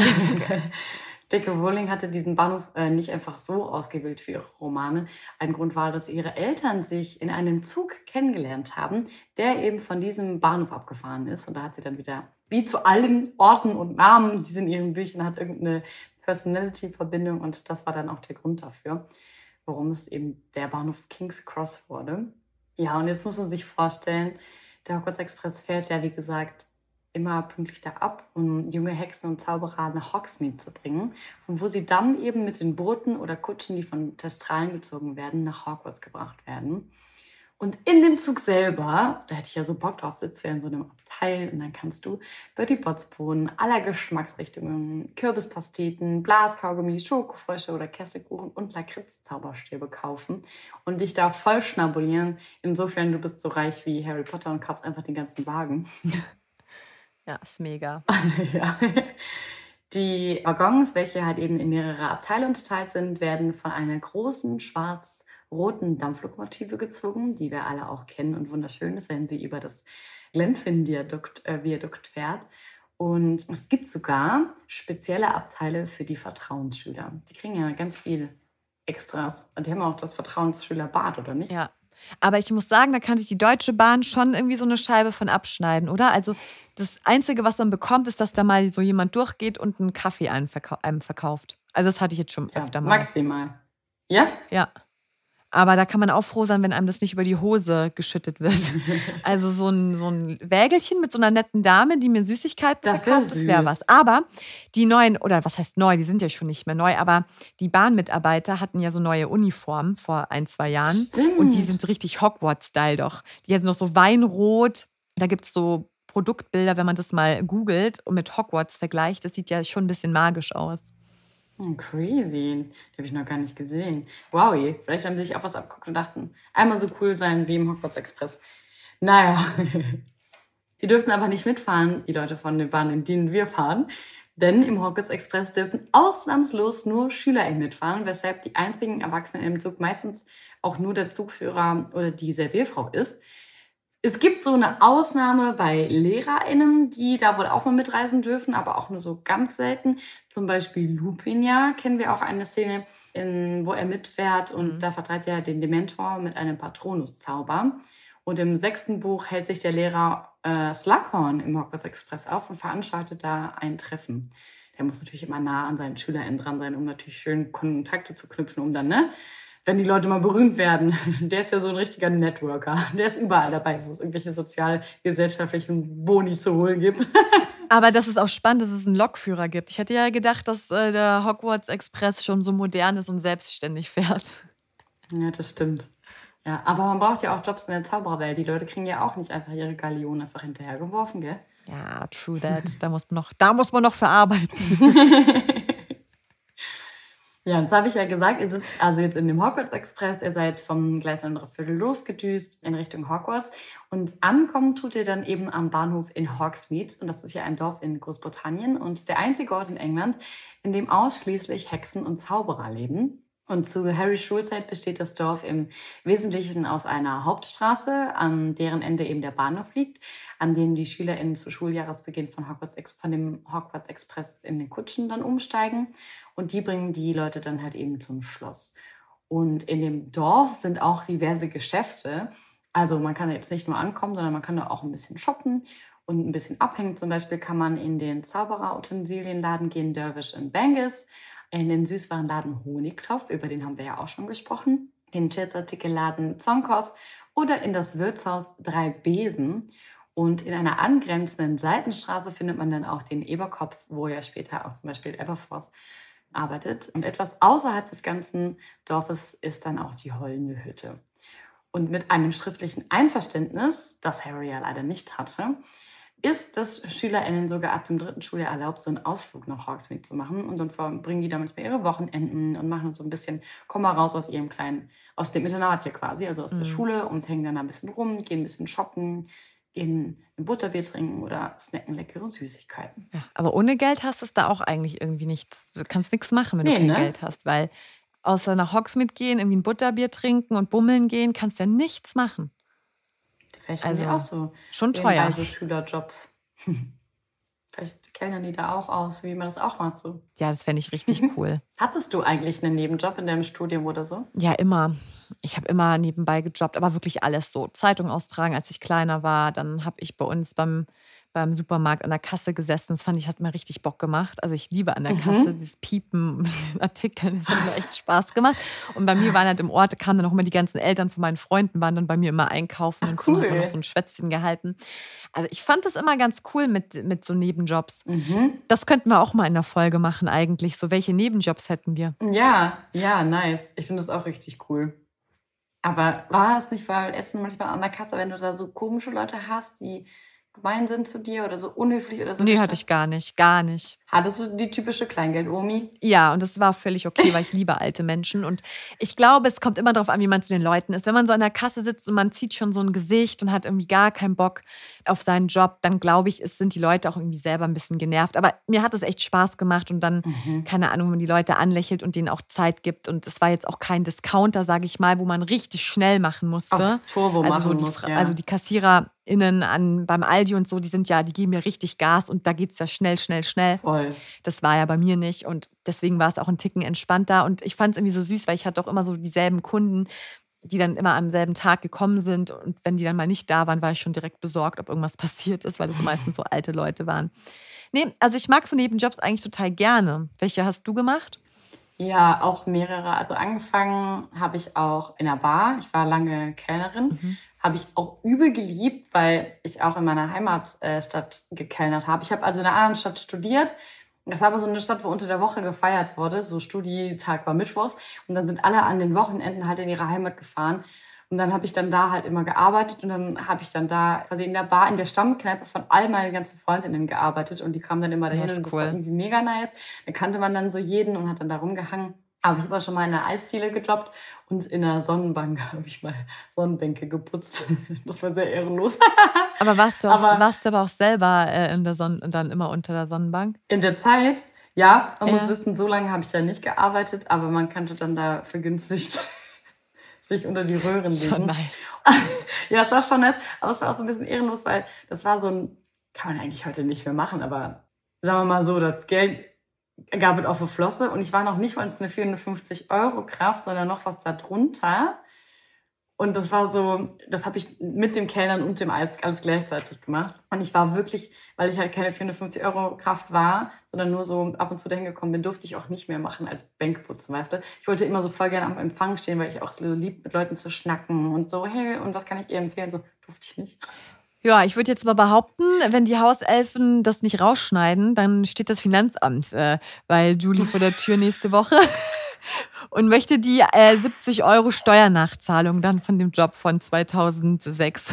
J.K. Rowling hatte diesen Bahnhof nicht einfach so ausgewählt für ihre Romane. Ein Grund war, dass ihre Eltern sich in einem Zug kennengelernt haben, der eben von diesem Bahnhof abgefahren ist. Und da hat sie dann wieder, wie zu allen Orten und Namen, die sie in ihren Büchern hat, irgendeine Personality-Verbindung. Und das war dann auch der Grund dafür, warum es eben der Bahnhof King's Cross wurde. Ja, und jetzt muss man sich vorstellen, der Hogwarts Express fährt ja, wie gesagt, immer pünktlich da ab, um junge Hexen und Zauberer nach Hogsmeade zu bringen, und wo sie dann eben mit den Booten oder Kutschen, die von Testralen gezogen werden, nach Hogwarts gebracht werden. Und in dem Zug selber, da hätte ich ja so Bock drauf, sitzt du ja in so einem Abteil und dann kannst du Bertie Botts Bohnen aller Geschmacksrichtungen, Kürbispasteten, Blaskaugummi, Schokofrösche oder Kesselkuchen und Lakritz-Zauberstäbe kaufen und dich da voll schnabulieren. Insofern, du bist so reich wie Harry Potter und kaufst einfach den ganzen Wagen. ja, ist mega. Ja. Die Waggons, welche halt eben in mehrere Abteile unterteilt sind, werden von einer großen schwarz-roten Dampflokomotive gezogen, die wir alle auch kennen und wunderschön ist, wenn sie über das Glenfin-Viadukt fährt. Und es gibt sogar spezielle Abteile für die Vertrauensschüler. Die kriegen ja ganz viel Extras. Und die haben auch das Vertrauensschülerbad, oder nicht? Ja. Aber ich muss sagen, da kann sich die Deutsche Bahn schon irgendwie so eine Scheibe von abschneiden, oder? Also das Einzige, was man bekommt, ist, dass da mal so jemand durchgeht und einen Kaffee einem verkauft. Also das hatte ich jetzt schon öfter mal. Maximal. Ja? Ja. Aber da kann man auch froh sein, wenn einem das nicht über die Hose geschüttet wird. Also so ein Wägelchen mit so einer netten Dame, die mir Süßigkeiten verkauft, das wäre was. Aber die neuen, oder was heißt neu, die sind ja schon nicht mehr neu, aber die Bahnmitarbeiter hatten ja so neue Uniformen vor 1-2 Jahren. Stimmt. Und die sind richtig Hogwarts-Style doch. Die haben noch so Weinrot, da gibt es so Produktbilder, wenn man das mal googelt und mit Hogwarts vergleicht. Das sieht ja schon ein bisschen magisch aus. Crazy. Die habe ich noch gar nicht gesehen. Wow, vielleicht haben sie sich auch was abgeguckt und dachten, einmal so cool sein wie im Hogwarts Express. Naja. Die dürften aber nicht mitfahren, die Leute von den Bahnen, in denen wir fahren. Denn im Hogwarts Express dürfen ausnahmslos nur SchülerInnen mitfahren, weshalb die einzigen Erwachsenen im Zug meistens auch nur der Zugführer oder die Servierfrau ist. Es gibt so eine Ausnahme bei LehrerInnen, die da wohl auch mal mitreisen dürfen, aber auch nur so ganz selten. Zum Beispiel Lupin, ja, kennen wir auch eine Szene, wo er mitfährt und da vertreibt er den Dementor mit einem Patronus-Zauber. Und im 6. Buch hält sich der Lehrer Slughorn im Hogwarts Express auf und veranstaltet da ein Treffen. Der muss natürlich immer nah an seinen SchülerInnen dran sein, um natürlich schön Kontakte zu knüpfen, um dann, ne? Wenn die Leute mal berühmt werden, der ist ja so ein richtiger Networker. Der ist überall dabei, wo es irgendwelche sozial-gesellschaftlichen Boni zu holen gibt. Aber das ist auch spannend, dass es einen Lokführer gibt. Ich hätte ja gedacht, dass der Hogwarts Express schon so modern ist und selbstständig fährt. Ja, das stimmt. Ja, aber man braucht ja auch Jobs in der Zaubererwelt. Die Leute kriegen ja auch nicht einfach ihre Galeonen einfach hinterhergeworfen, gell? Ja, true that. Da muss man noch verarbeiten. Ja, das habe ich ja gesagt. Ihr sitzt also jetzt in dem Hogwarts Express. Ihr seid vom Gleis 9:15 losgedüst in Richtung Hogwarts. Und ankommen tut ihr dann eben am Bahnhof in Hogsmeade. Und das ist ja ein Dorf in Großbritannien und der einzige Ort in England, in dem ausschließlich Hexen und Zauberer leben. Und zu Harrys Schulzeit besteht das Dorf im Wesentlichen aus einer Hauptstraße, an deren Ende eben der Bahnhof liegt, an dem die SchülerInnen zu Schuljahresbeginn von dem Hogwarts Express in den Kutschen dann umsteigen. Und die bringen die Leute dann halt eben zum Schloss. Und in dem Dorf sind auch diverse Geschäfte. Also man kann jetzt nicht nur ankommen, sondern man kann da auch ein bisschen shoppen und ein bisschen abhängen. Zum Beispiel kann man in den Zauberer-Utensilienladen gehen, Dervish & Bangis, in den Süßwarenladen Honigtopf, über den haben wir ja auch schon gesprochen, den Chillartikelladen Zonkos oder in das Wirtshaus Drei Besen. Und in einer angrenzenden Seitenstraße findet man dann auch den Eberkopf, wo ja später auch zum Beispiel Aberforth arbeitet. Und etwas außerhalb des ganzen Dorfes ist dann auch die Heulende Hütte. Und mit einem schriftlichen Einverständnis, das Harry ja leider nicht hatte, ist es SchülerInnen sogar ab dem 3. Schuljahr erlaubt, so einen Ausflug nach Hogsmeade zu machen. Und dann verbringen die da manchmal ihre Wochenenden und machen so ein bisschen, kommen mal raus aus ihrem aus dem Internat hier quasi, also aus der Schule und hängen dann da ein bisschen rum, gehen ein bisschen shoppen, gehen ein Butterbier trinken oder snacken leckere Süßigkeiten. Ja, aber ohne Geld hast du da auch eigentlich irgendwie nichts. Du kannst nichts machen, wenn du kein Geld hast, weil außer nach Hogsmeade gehen, irgendwie ein Butterbier trinken und bummeln gehen, kannst du ja nichts machen. Vielleicht haben die auch so schon teuer. Also Schülerjobs. Vielleicht kellnern die da auch aus, wie man das auch macht so. Ja, das fände ich richtig cool. Hattest du eigentlich einen Nebenjob in deinem Studium oder so? Ja, immer. Ich habe immer nebenbei gejobbt, aber wirklich alles so. Zeitung austragen, als ich kleiner war. Dann habe ich bei uns beim Supermarkt an der Kasse gesessen. Das fand ich, hat mir richtig Bock gemacht. Also ich liebe an der Kasse dieses Piepen mit den Artikeln. Das hat mir echt Spaß gemacht. Und bei mir waren halt im Ort, kamen dann auch immer die ganzen Eltern von meinen Freunden, waren dann bei mir immer einkaufen und so, hat man noch so ein Schwätzchen gehalten. Also ich fand das immer ganz cool mit so Nebenjobs. Das könnten wir auch mal in der Folge machen eigentlich. So, welche Nebenjobs hätten wir? Ja, nice. Ich finde das auch richtig cool. Aber war es nicht, weil Essen manchmal an der Kasse, wenn du da so komische Leute hast, die gemein sind zu dir oder so unhöflich oder so? Nee, hatte ich gar nicht. Gar nicht. Hattest du die typische Kleingeld-Omi? Ja, und das war völlig okay, weil ich liebe alte Menschen. Und ich glaube, es kommt immer darauf an, wie man zu den Leuten ist. Wenn man so an der Kasse sitzt und man zieht schon so ein Gesicht und hat irgendwie gar keinen Bock auf seinen Job, dann glaube ich, sind die Leute auch irgendwie selber ein bisschen genervt. Aber mir hat es echt Spaß gemacht und dann, keine Ahnung, wenn man die Leute anlächelt und denen auch Zeit gibt. Und es war jetzt auch kein Discounter, sage ich mal, wo man richtig schnell machen musste. Auf Turbo machen musste, ja. Also die KassiererInnen beim Aldi und so, die geben mir richtig Gas und da geht es ja schnell. Voll. Das war ja bei mir nicht und deswegen war es auch ein Ticken entspannter und ich fand es irgendwie so süß, weil ich hatte auch immer so dieselben Kunden, die dann immer am selben Tag gekommen sind und wenn die dann mal nicht da waren, war ich schon direkt besorgt, ob irgendwas passiert ist, weil das meistens so alte Leute waren. Nee, also ich mag so Nebenjobs eigentlich total gerne. Welche hast du gemacht? Ja, auch mehrere. Also angefangen habe ich auch in der Bar. Ich war lange Kellnerin. Habe ich auch übel geliebt, weil ich auch in meiner Heimatstadt gekellnert habe. Ich habe also in einer anderen Stadt studiert. Das war aber so eine Stadt, wo unter der Woche gefeiert wurde. So Studietag war mittwochs. Und dann sind alle an den Wochenenden halt in ihre Heimat gefahren. Und dann habe ich dann da halt immer gearbeitet. Und dann habe ich dann da quasi in der Bar, in der Stammkneipe von all meinen ganzen Freundinnen gearbeitet. Und die kamen dann immer dahin. Das ist und das cool. war irgendwie mega nice. Da kannte man dann so jeden und hat dann da rumgehangen. Aber ich habe auch schon mal in der Eisdiele gejobbt und in der Sonnenbank habe ich mal Sonnenbänke geputzt. Das war sehr ehrenlos. Aber warst du aber auch selber in der Sonne und dann immer unter der Sonnenbank? In der Zeit, ja, man muss wissen, so lange habe ich da nicht gearbeitet, aber man könnte dann da vergünstigt sich unter die Röhren legen. Schon nice. Ja, es war schon nice, aber es war auch so ein bisschen ehrenlos, weil das war so ein, kann man eigentlich heute nicht mehr machen, aber sagen wir mal so, das Geld gab es auf der Flosse und ich war noch nicht mal eine 450-Euro-Kraft, sondern noch was darunter. Und das war so, das habe ich mit dem Kellnern und dem Eis alles gleichzeitig gemacht. Und ich war wirklich, weil ich halt keine 450-Euro-Kraft war, sondern nur so ab und zu dahin gekommen bin, durfte ich auch nicht mehr machen als Bänkputzen, weißt du. Ich wollte immer so voll gerne am Empfang stehen, weil ich auch so lieb mit Leuten zu schnacken und so, hey, und was kann ich ihr empfehlen? So, durfte ich nicht. Ja, ich würde jetzt mal behaupten, wenn die Hauselfen das nicht rausschneiden, dann steht das Finanzamt bei Julie vor der Tür nächste Woche und möchte die 70 Euro Steuernachzahlung dann von dem Job von 2006.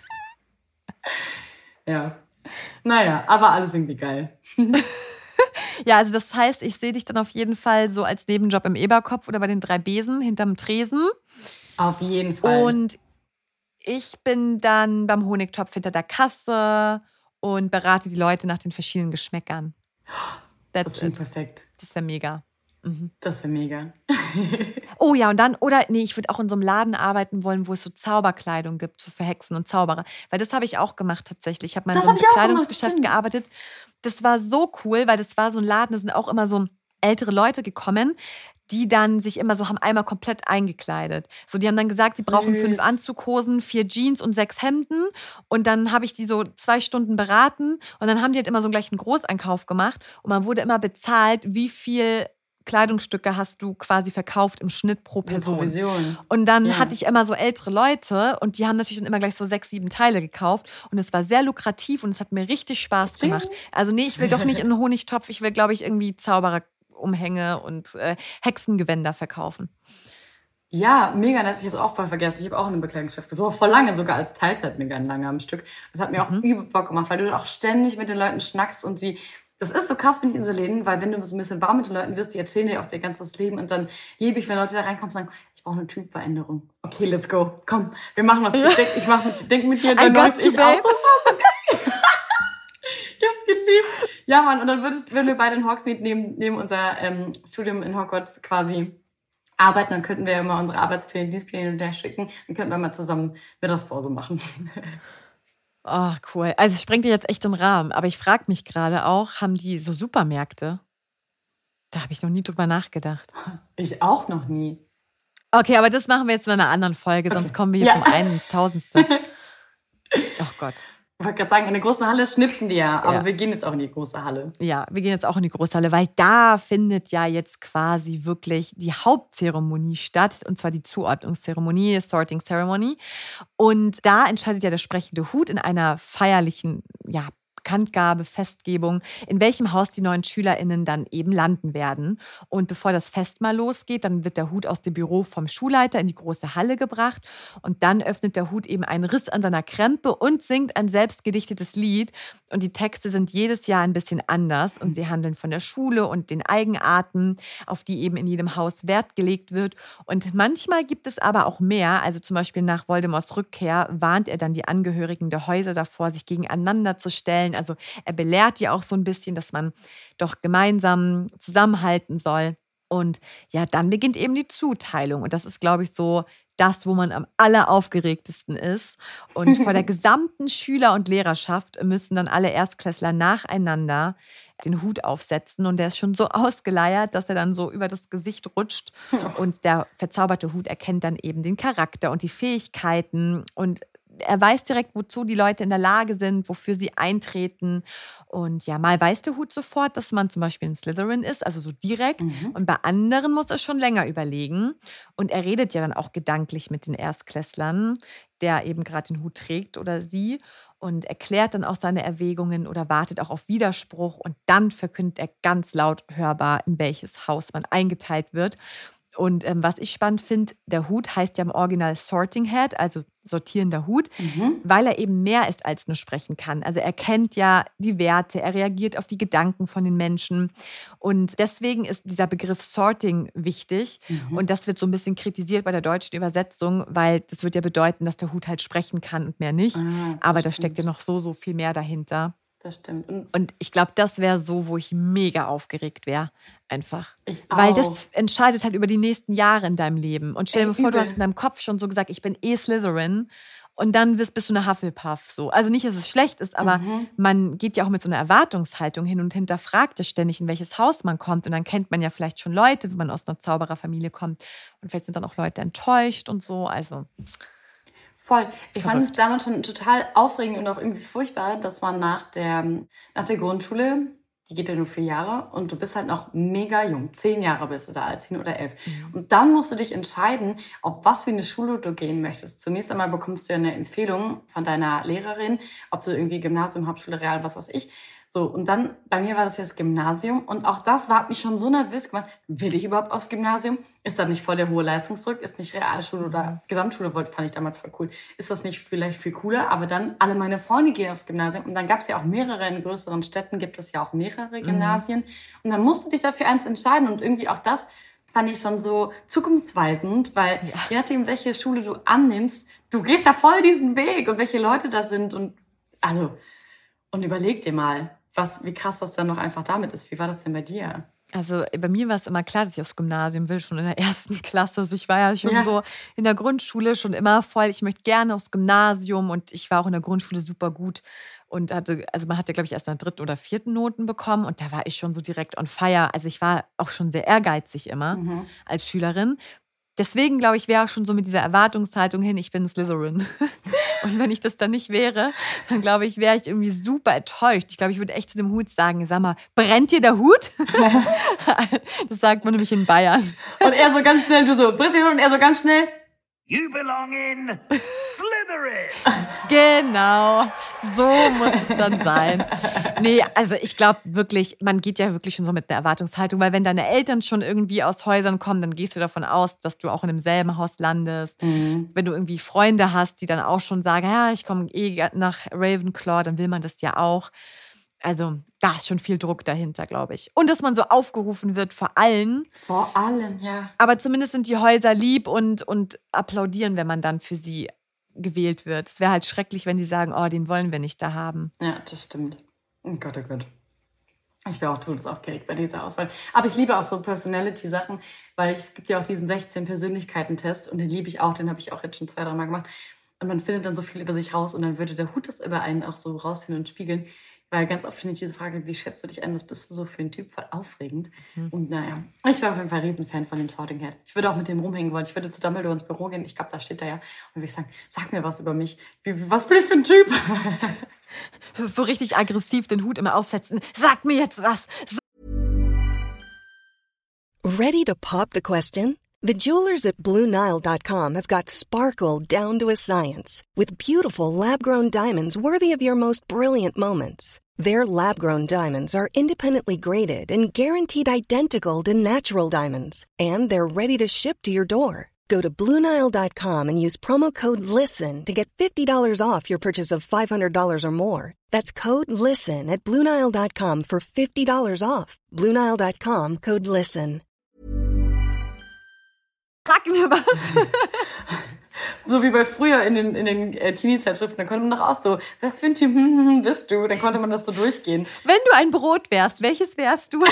Ja, naja, aber alles irgendwie geil. Ja, also das heißt, ich sehe dich dann auf jeden Fall so als Nebenjob im Eberkopf oder bei den 3 Besen hinterm Tresen. Auf jeden Fall. Und ich bin dann beim Honigtopf hinter der Kasse und berate die Leute nach den verschiedenen Geschmäckern. Das klingt perfekt. Das wäre mega. Das wäre mega. Oh ja, und dann, ich würde auch in so einem Laden arbeiten wollen, wo es so Zauberkleidung gibt, so für Hexen und Zauberer. Weil das habe ich auch gemacht tatsächlich. Ich habe mal in so einem Bekleidungsgeschäft gearbeitet. Das war so cool, weil das war so ein Laden, da sind auch immer so ältere Leute gekommen, die dann sich immer so haben einmal komplett eingekleidet. So, die haben dann gesagt, sie brauchen 5 Anzughosen, 4 Jeans und 6 Hemden. Und dann habe ich die so 2 Stunden beraten. Und dann haben die halt immer so gleich einen Großeinkauf gemacht. Und man wurde immer bezahlt, wie viel Kleidungsstücke hast du quasi verkauft im Schnitt pro Person. Provision. Und dann hatte ich immer so ältere Leute und die haben natürlich dann immer gleich so 6, 7 Teile gekauft. Und es war sehr lukrativ und es hat mir richtig Spaß gemacht. Also nee, ich will doch nicht in einen Honigtopf. Ich will, glaube ich, irgendwie Zaubererumhänge und Hexengewänder verkaufen. Ja, mega nice. Ich habe es auch voll vergessen. Ich habe auch in einem Bekleidungsgeschäft gesucht. Vor lange, sogar als Teilzeit mega lange am Stück. Das hat mir auch übel Bock gemacht, weil du auch ständig mit den Leuten schnackst und sie... Das ist so krass, finde ich, in so Läden, weil wenn du so ein bisschen warm mit den Leuten wirst, die erzählen dir auch ihr ganzes Leben und dann liebe ich, wenn Leute da reinkommen und sagen, ich brauche eine Typveränderung. Okay, let's go. Komm, wir machen was. Ich denke mit dir, dann neues ich auch. Das war so geil. Ich hab's geliebt. Ja, Mann, und dann würden wir beide in Hogsmeade neben unser Studium in Hogwarts quasi arbeiten, dann könnten wir immer unsere Arbeitspläne, Dienstpläne und der schicken, dann könnten wir mal zusammen Mittagspause machen. Oh, cool. Also es sprengt dir jetzt echt den Rahmen. Aber ich frage mich gerade auch, haben die so Supermärkte? Da habe ich noch nie drüber nachgedacht. Ich auch noch nie. Okay, aber das machen wir jetzt in einer anderen Folge, sonst kommen wir hier vom einen ins Tausendste. Oh Gott. Ich wollte gerade sagen, in der großen Halle schnipsen die ja, aber wir gehen jetzt auch in die große Halle. Ja, wir gehen jetzt auch in die große Halle, weil da findet ja jetzt quasi wirklich die Hauptzeremonie statt, und zwar die Zuordnungszeremonie, Sorting Ceremony. Und da entscheidet ja der sprechende Hut in einer feierlichen, Bekanntgabe, Festgebung, in welchem Haus die neuen SchülerInnen dann eben landen werden. Und bevor das Fest mal losgeht, dann wird der Hut aus dem Büro vom Schulleiter in die große Halle gebracht und dann öffnet der Hut eben einen Riss an seiner Krempe und singt ein selbstgedichtetes Lied. Und die Texte sind jedes Jahr ein bisschen anders und sie handeln von der Schule und den Eigenarten, auf die eben in jedem Haus Wert gelegt wird. Und manchmal gibt es aber auch mehr, also zum Beispiel nach Voldemorts Rückkehr warnt er dann die Angehörigen der Häuser davor, sich gegeneinander zu stellen. Also er belehrt ja auch so ein bisschen, dass man doch gemeinsam zusammenhalten soll. Und ja, dann beginnt eben die Zuteilung. Und das ist, glaube ich, so das, wo man am alleraufgeregtesten ist. Und vor der gesamten Schüler- und Lehrerschaft müssen dann alle Erstklässler nacheinander den Hut aufsetzen. Und der ist schon so ausgeleiert, dass er dann so über das Gesicht rutscht. Und der verzauberte Hut erkennt dann eben den Charakter und die Fähigkeiten und er weiß direkt, wozu die Leute in der Lage sind, wofür sie eintreten. Und ja, mal weiß der Hut sofort, dass man zum Beispiel ein Slytherin ist, also so direkt. Und bei anderen muss er schon länger überlegen. Und er redet ja dann auch gedanklich mit den Erstklässlern, der eben gerade den Hut trägt oder sie. Und erklärt dann auch seine Erwägungen oder wartet auch auf Widerspruch. Und dann verkündet er ganz laut hörbar, in welches Haus man eingeteilt wird. Und was ich spannend finde, der Hut heißt ja im Original Sorting Hat, also sortierender Hut, weil er eben mehr ist als nur sprechen kann. Also er kennt ja die Werte, er reagiert auf die Gedanken von den Menschen. Und deswegen ist dieser Begriff Sorting wichtig. Und das wird so ein bisschen kritisiert bei der deutschen Übersetzung, weil das wird ja bedeuten, dass der Hut halt sprechen kann und mehr nicht. Aber da steckt ja noch so viel mehr dahinter. Das stimmt. Und ich glaube, das wäre so, wo ich mega aufgeregt wäre. Einfach. Ich auch. Weil das entscheidet halt über die nächsten Jahre in deinem Leben. Und stell dir vor, du hast in deinem Kopf schon so gesagt, ich bin Slytherin. Und dann bist du eine Hufflepuff. So. Also nicht, dass es schlecht ist, aber man geht ja auch mit so einer Erwartungshaltung hin und hinterfragt ja ständig, in welches Haus man kommt. Und dann kennt man ja vielleicht schon Leute, wenn man aus einer Zaubererfamilie kommt. Und vielleicht sind dann auch Leute enttäuscht und so. Also... Voll. Ich fand es damals schon total aufregend und auch irgendwie furchtbar, dass man nach der Grundschule, die geht ja nur 4 Jahre, und du bist halt noch mega jung. 10 Jahre bist du da, als 10 oder 11. Und dann musst du dich entscheiden, auf was für eine Schule du gehen möchtest. Zunächst einmal bekommst du ja eine Empfehlung von deiner Lehrerin, ob du irgendwie Gymnasium, Hauptschule, Real, was weiß ich, So, und dann, bei mir war das ja das Gymnasium und auch das hat mich schon so nervös gemacht. Will ich überhaupt aufs Gymnasium? Ist das nicht voll der hohe Leistungsdruck? Ist nicht Realschule oder Gesamtschule, fand ich damals voll cool. Ist das nicht vielleicht viel cooler? Aber dann, alle meine Freunde gehen aufs Gymnasium und dann gab es ja auch mehrere, in größeren Städten gibt es ja auch mehrere Gymnasien. Und dann musst du dich dafür eins entscheiden und irgendwie auch das fand ich schon so zukunftsweisend, weil je nachdem, welche Schule du annimmst, du gehst ja voll diesen Weg und welche Leute da sind und überleg dir mal, wie krass das dann noch einfach damit ist. Wie war das denn bei dir? Also bei mir war es immer klar, dass ich aufs Gymnasium will, schon in der 1. Klasse. Also ich war ja schon so in der Grundschule schon immer voll, ich möchte gerne aufs Gymnasium und ich war auch in der Grundschule super gut und man hatte, glaube ich, erst eine 3. oder 4. Noten bekommen und da war ich schon so direkt on fire. Also ich war auch schon sehr ehrgeizig immer als Schülerin. Deswegen, glaube ich, wäre auch schon so mit dieser Erwartungshaltung hin, ich bin Slytherin. Und wenn ich das dann nicht wäre, dann glaube ich, wäre ich irgendwie super enttäuscht. Ich glaube, ich würde echt zu dem Hut sagen, sag mal, brennt dir der Hut? Das sagt man nämlich in Bayern. Und er so ganz schnell, du so, brennt dir der Hut? Und er so ganz schnell, You belong in Slytherin. Genau, so muss es dann sein. Nee, also ich glaube wirklich, man geht ja wirklich schon so mit einer Erwartungshaltung, weil wenn deine Eltern schon irgendwie aus Häusern kommen, dann gehst du davon aus, dass du auch in demselben Haus landest. Wenn du irgendwie Freunde hast, die dann auch schon sagen, ja, ich komme nach Ravenclaw, dann will man das ja auch. Also da ist schon viel Druck dahinter, glaube ich. Und dass man so aufgerufen wird vor allen. Vor allen, ja. Aber zumindest sind die Häuser lieb und applaudieren, wenn man dann für sie gewählt wird. Es wäre halt schrecklich, wenn sie sagen, oh, den wollen wir nicht da haben. Ja, das stimmt. Oh Gott, oh Gott. Ich wäre auch todesaufgeregt bei dieser Auswahl. Aber ich liebe auch so Personality-Sachen, weil es gibt ja auch diesen 16-Persönlichkeiten-Test und den liebe ich auch, den habe ich auch jetzt schon 2-3 Mal gemacht. Und man findet dann so viel über sich raus und dann würde der Hut das über einen auch so rausfinden und spiegeln. Weil ganz oft finde ich diese Frage, wie schätzt du dich ein, was bist du so für ein Typ, voll aufregend. Und naja, ich war auf jeden Fall ein Riesenfan von dem Sorting Hat. Ich würde auch mit dem rumhängen wollen. Ich würde zu Dumbledore ins Büro gehen, ich glaube, da steht er ja. Und würde ich sagen, sag mir was über mich. Was bin ich für ein Typ? So richtig aggressiv den Hut immer aufsetzen. Sag mir jetzt was. Ready to pop the question? The jewelers at BlueNile.com have got sparkle down to a science with beautiful lab-grown diamonds worthy of your most brilliant moments. Their lab-grown diamonds are independently graded and guaranteed identical to natural diamonds, and they're ready to ship to your door. Go to BlueNile.com and use promo code LISTEN to get $50 off your purchase of $500 or more. That's code LISTEN at BlueNile.com for $50 off. BlueNile.com, code LISTEN. Sag mir was. So wie bei früher in den Teenie-Zeitschriften, da konnte man doch auch so, was für ein Typ bist du? Dann konnte man das so durchgehen. Wenn du ein Brot wärst, welches wärst du?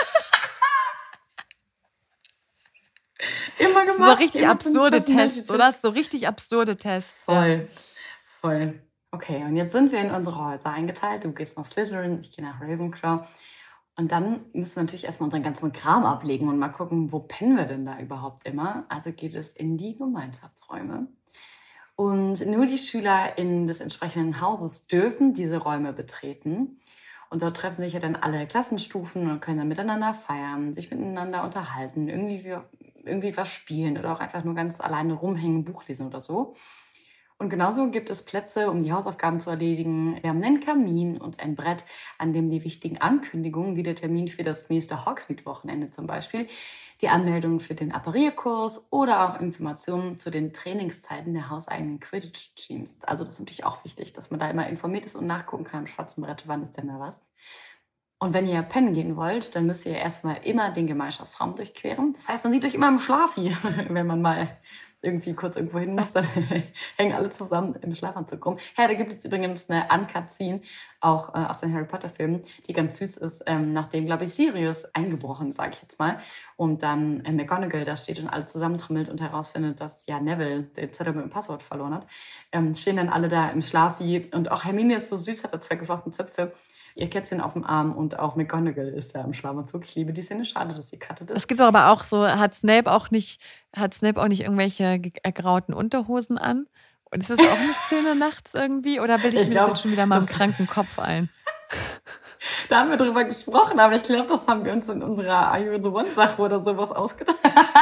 Immer gemacht. So richtig absurde Tests, oder? So richtig absurde Tests. Voll, voll. Okay, und jetzt sind wir in unsere Häuser eingeteilt. Du gehst nach Slytherin, ich gehe nach Ravenclaw. Und dann müssen wir natürlich erstmal unseren ganzen Kram ablegen und mal gucken, wo pennen wir denn da überhaupt immer. Also geht es in die Gemeinschaftsräume. Und nur die SchülerInnen des entsprechenden Hauses dürfen diese Räume betreten. Und dort treffen sich ja dann alle Klassenstufen und können dann miteinander feiern, sich miteinander unterhalten, irgendwie was spielen oder auch einfach nur ganz alleine rumhängen, Buch lesen oder so. Und genauso gibt es Plätze, um die Hausaufgaben zu erledigen. Wir haben einen Kamin und ein Brett, an dem die wichtigen Ankündigungen, wie der Termin für das nächste Hogsmeade-Wochenende zum Beispiel, die Anmeldung für den Apparierkurs oder auch Informationen zu den Trainingszeiten der hauseigenen Quidditch-Teams. Also das ist natürlich auch wichtig, dass man da immer informiert ist und nachgucken kann am schwarzen Brett, wann ist denn da was. Und wenn ihr pennen gehen wollt, dann müsst ihr erstmal immer den Gemeinschaftsraum durchqueren. Das heißt, man sieht euch immer im Schlafi, wenn man mal irgendwie kurz irgendwo hin muss, dann hängen alle zusammen im Schlafanzug rum. Ja, da gibt es übrigens eine Uncut-Scene, auch aus den Harry Potter-Filmen, die ganz süß ist, nachdem, glaube ich, Sirius eingebrochen ist, sage ich jetzt mal, und dann McGonagall da steht und alle zusammentrommelt und herausfindet, dass ja Neville den Zettel mit dem Passwort verloren hat. Stehen dann alle da im Schlafi und auch Hermine ist so süß, hat da 2 geflochtene Zöpfe, ihr Kätzchen auf dem Arm und auch McGonagall ist ja im Schlafanzug. Ich liebe die Szene, schade, dass sie cuttet ist. Es gibt aber auch so, hat Snape auch nicht irgendwelche ergrauten Unterhosen an? Und ist das auch eine Szene nachts irgendwie? Oder bilde ich mir das jetzt schon wieder mal im kranken Kopf ein? Da haben wir drüber gesprochen, aber ich glaube, das haben wir uns in unserer Are You the One-Sache oder sowas ausgedacht.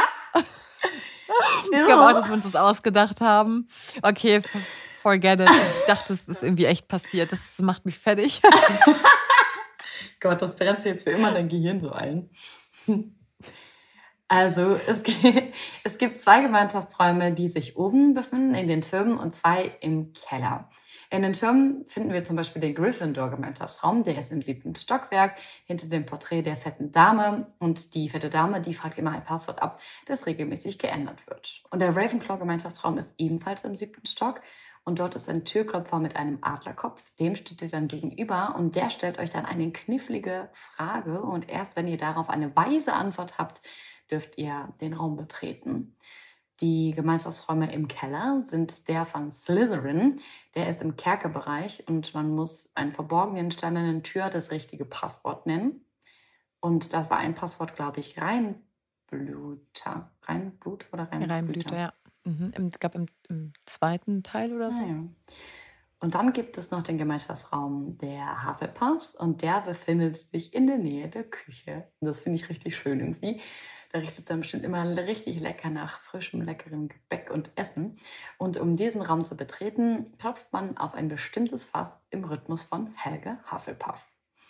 Ich glaube auch, dass wir uns das ausgedacht haben. Okay, forget it. Ich dachte, es ist irgendwie echt passiert. Das macht mich fertig. Gott, das brennt sich jetzt für immer dein Gehirn so ein. Also, es gibt 2 Gemeinschaftsräume, die sich oben befinden, in den Türmen, und 2 im Keller. In den Türmen finden wir zum Beispiel den Gryffindor-Gemeinschaftsraum, der ist im 7. Stockwerk, hinter dem Porträt der fetten Dame. Und die fette Dame, die fragt immer ein Passwort ab, das regelmäßig geändert wird. Und der Ravenclaw-Gemeinschaftsraum ist ebenfalls im 7. Stock. Und dort ist ein Türklopfer mit einem Adlerkopf. Dem steht ihr dann gegenüber und der stellt euch dann eine knifflige Frage. Und erst wenn ihr darauf eine weise Antwort habt, dürft ihr den Raum betreten. Die Gemeinschaftsräume im Keller sind der von Slytherin. Der ist im Kerkerbereich und man muss einen verborgenen steinernen Tür das richtige Passwort nennen. Und das war ein Passwort, glaube ich, Reinblüter. Reinblut oder Reinblüter? Reinblüter, ja. Ich glaube, im 2. Teil oder so. Ja. Und dann gibt es noch den Gemeinschaftsraum der Hufflepuffs und der befindet sich in der Nähe der Küche. Und das finde ich richtig schön irgendwie. Da riecht es dann bestimmt immer richtig lecker nach frischem, leckerem Gebäck und Essen. Und um diesen Raum zu betreten, klopft man auf ein bestimmtes Fass im Rhythmus von Helga Hufflepuff.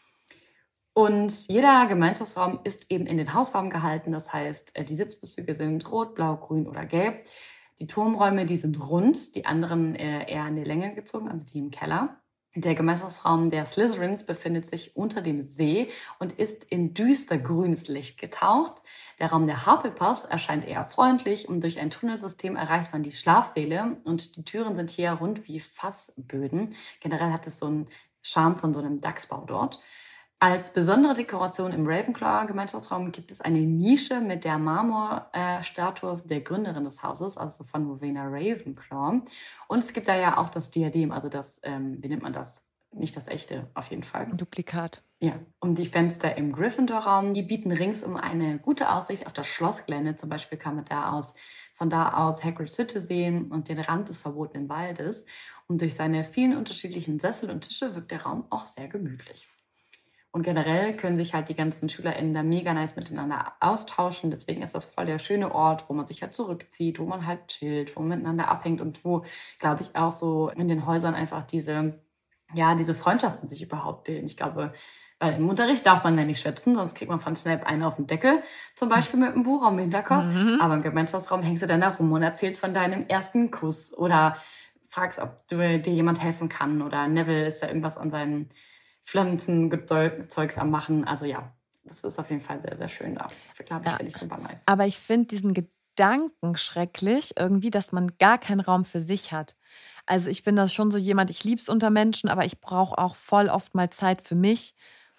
Und jeder Gemeinschaftsraum ist eben in den Hausfarben gehalten. Das heißt, die Sitzbezüge sind rot, blau, grün oder gelb. Die Turmräume, die sind rund, die anderen eher in die Länge gezogen, also die im Keller. Der Gemeinschaftsraum der Slytherins befindet sich unter dem See und ist in düstergrünes Licht getaucht. Der Raum der Hufflepuffs erscheint eher freundlich und durch ein Tunnelsystem erreicht man die Schlafsäle und die Türen sind hier rund wie Fassböden. Generell hat es so einen Charme von so einem Dachsbau dort. Als besondere Dekoration im Ravenclaw-Gemeinschaftsraum gibt es eine Nische mit der Marmorstatue der Gründerin des Hauses, also von Rowena Ravenclaw. Und es gibt da ja auch das Diadem, also das, wie nennt man das? Nicht das echte, auf jeden Fall. Ein Duplikat. Ja, und die Fenster im Gryffindor-Raum, die bieten ringsum eine gute Aussicht auf das Schlossgelände. Zum Beispiel kann man von da aus Hagrids Hütte sehen und den Rand des verbotenen Waldes. Und durch seine vielen unterschiedlichen Sessel und Tische wirkt der Raum auch sehr gemütlich. Und generell können sich halt die ganzen SchülerInnen da mega nice miteinander austauschen. Deswegen ist das voll der schöne Ort, wo man sich halt zurückzieht, wo man halt chillt, wo man miteinander abhängt und wo, glaube ich, auch so in den Häusern einfach diese Freundschaften sich überhaupt bilden. Ich glaube, weil im Unterricht darf man ja nicht schwätzen, sonst kriegt man von Snape einen auf den Deckel, zum Beispiel mit einem Buch am Hinterkopf. Aber im Gemeinschaftsraum hängst du dann da rum und erzählst von deinem ersten Kuss oder fragst, ob dir jemand helfen kann oder Neville ist da irgendwas an seinen Pflanzenzeugs am Machen. Also ja, das ist auf jeden Fall sehr, sehr schön da. Glaube ich, finde ich super nice. Aber ich finde diesen Gedanken schrecklich irgendwie, dass man gar keinen Raum für sich hat. Also ich bin da schon so jemand, ich liebe es unter Menschen, aber ich brauche auch voll oft mal Zeit für mich.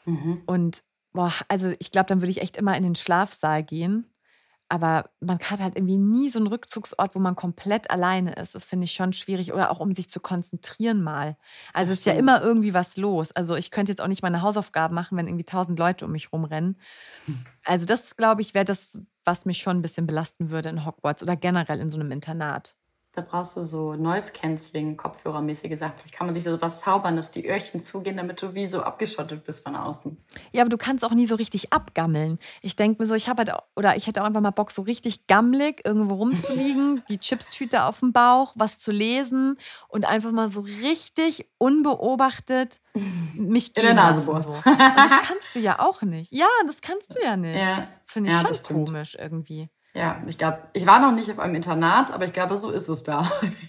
Und also ich glaube, dann würde ich echt immer in den Schlafsaal gehen. Aber man hat halt irgendwie nie so einen Rückzugsort, wo man komplett alleine ist. Das finde ich schon schwierig. Oder auch um sich zu konzentrieren mal. Also es ist ja immer irgendwie was los. Also ich könnte jetzt auch nicht meine Hausaufgaben machen, wenn irgendwie 1000 Leute um mich rumrennen. Also das, glaube ich, wäre das, was mich schon ein bisschen belasten würde in Hogwarts oder generell in so einem Internat. Da brauchst du so Noise-Canceling, Kopfhörermäßige Sachen. Vielleicht kann man sich so was zaubern, dass die Öhrchen zugehen, damit du wie so abgeschottet bist von außen. Ja, aber du kannst auch nie so richtig abgammeln. Ich denke mir so, ich hätte auch einfach mal Bock, so richtig gammelig irgendwo rumzuliegen, die Chipstüte auf dem Bauch, was zu lesen und einfach mal so richtig unbeobachtet mich gehen lassen. So. Und das kannst du ja auch nicht. Ja, das kannst du ja nicht. Ja. Das finde ich schon komisch irgendwie. Ja, ich glaube, ich war noch nicht auf einem Internat, aber ich glaube, so ist es da.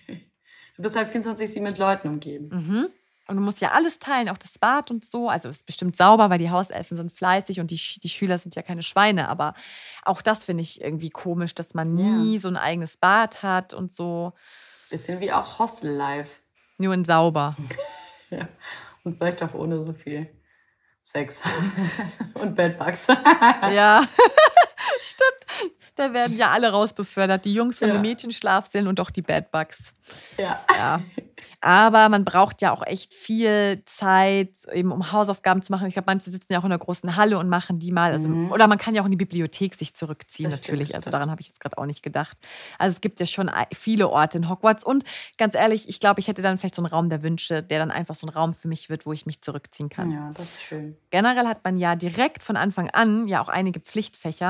Du bist halt 24/7 mit Leuten umgeben. Und du musst ja alles teilen, auch das Bad und so. Also es ist bestimmt sauber, weil die Hauselfen sind fleißig und die Schüler sind ja keine Schweine. Aber auch das finde ich irgendwie komisch, dass man nie so ein eigenes Bad hat und so. Bisschen wie auch Hostel-Life. Nur in sauber. Ja, und vielleicht auch ohne so viel Sex und Bedbugs. Ja, stimmt. Da werden ja alle rausbefördert. Die Jungs von den Mädchenschlafsälen und auch die Bedbugs. Ja. Aber man braucht ja auch echt viel Zeit, eben um Hausaufgaben zu machen. Ich glaube, manche sitzen ja auch in einer großen Halle und machen die mal. Also, oder man kann ja auch in die Bibliothek sich zurückziehen, das natürlich. Stimmt. Also daran habe ich jetzt gerade auch nicht gedacht. Also es gibt ja schon viele Orte in Hogwarts. Und ganz ehrlich, ich glaube, ich hätte dann vielleicht so einen Raum der Wünsche, der dann einfach so ein Raum für mich wird, wo ich mich zurückziehen kann. Ja, das ist schön. Generell hat man ja direkt von Anfang an ja auch einige Pflichtfächer.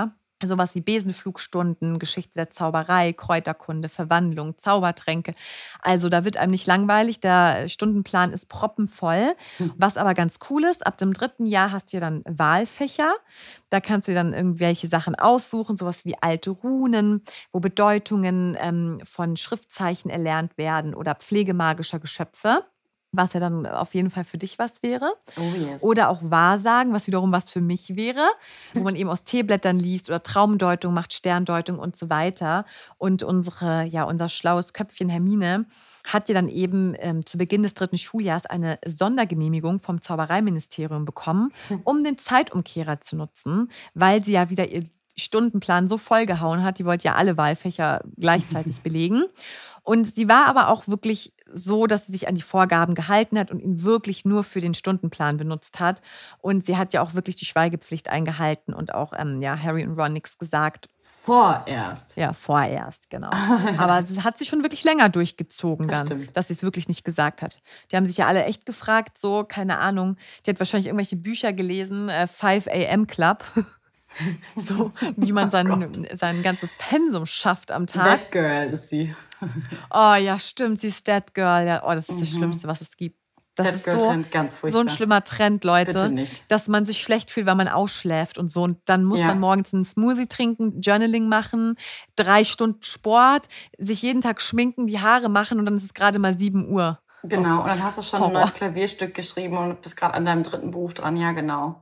Sowas wie Besenflugstunden, Geschichte der Zauberei, Kräuterkunde, Verwandlung, Zaubertränke. Also da wird einem nicht langweilig. Der Stundenplan ist proppenvoll. Was aber ganz cool ist, ab dem 3. Jahr hast du ja dann Wahlfächer. Da kannst du dir dann irgendwelche Sachen aussuchen, sowas wie alte Runen, wo Bedeutungen von Schriftzeichen erlernt werden oder pflegemagischer Geschöpfe, was ja dann auf jeden Fall für dich was wäre. Oh yes. Oder auch Wahrsagen, was wiederum was für mich wäre, wo man eben aus Teeblättern liest oder Traumdeutung macht, Sterndeutung und so weiter. Und unser schlaues Köpfchen Hermine hat ja dann eben zu Beginn des 3. Schuljahres eine Sondergenehmigung vom Zaubereiministerium bekommen, um den Zeitumkehrer zu nutzen, weil sie ja wieder ihr Stundenplan so vollgehauen hat. Die wollte ja alle Wahlfächer gleichzeitig belegen. Und sie war aber auch wirklich so, dass sie sich an die Vorgaben gehalten hat und ihn wirklich nur für den Stundenplan benutzt hat. Und sie hat ja auch wirklich die Schweigepflicht eingehalten und auch Harry und Ron nichts gesagt. Vorerst. Ja, vorerst, genau. Aber es hat sich schon wirklich länger durchgezogen dann, dass sie es wirklich nicht gesagt hat. Die haben sich ja alle echt gefragt, so, keine Ahnung. Die hat wahrscheinlich irgendwelche Bücher gelesen, 5 AM Club. So, wie man sein ganzes Pensum schafft am Tag. That Girl ist sie. Oh ja, stimmt, sie ist That Girl. Ja, oh, das ist das Schlimmste, was es gibt. Das That ist Girl Trend, ganz furchtbar. so ein schlimmer Trend, Leute. Bitte nicht. Dass man sich schlecht fühlt, weil man ausschläft und so. Und dann muss man morgens einen Smoothie trinken, Journaling machen, 3 Stunden Sport, sich jeden Tag schminken, die Haare machen und dann ist es gerade mal 7 Uhr. Genau, und dann hast du schon ein neues Klavierstück geschrieben und bist gerade an deinem 3. Buch dran. Ja, genau.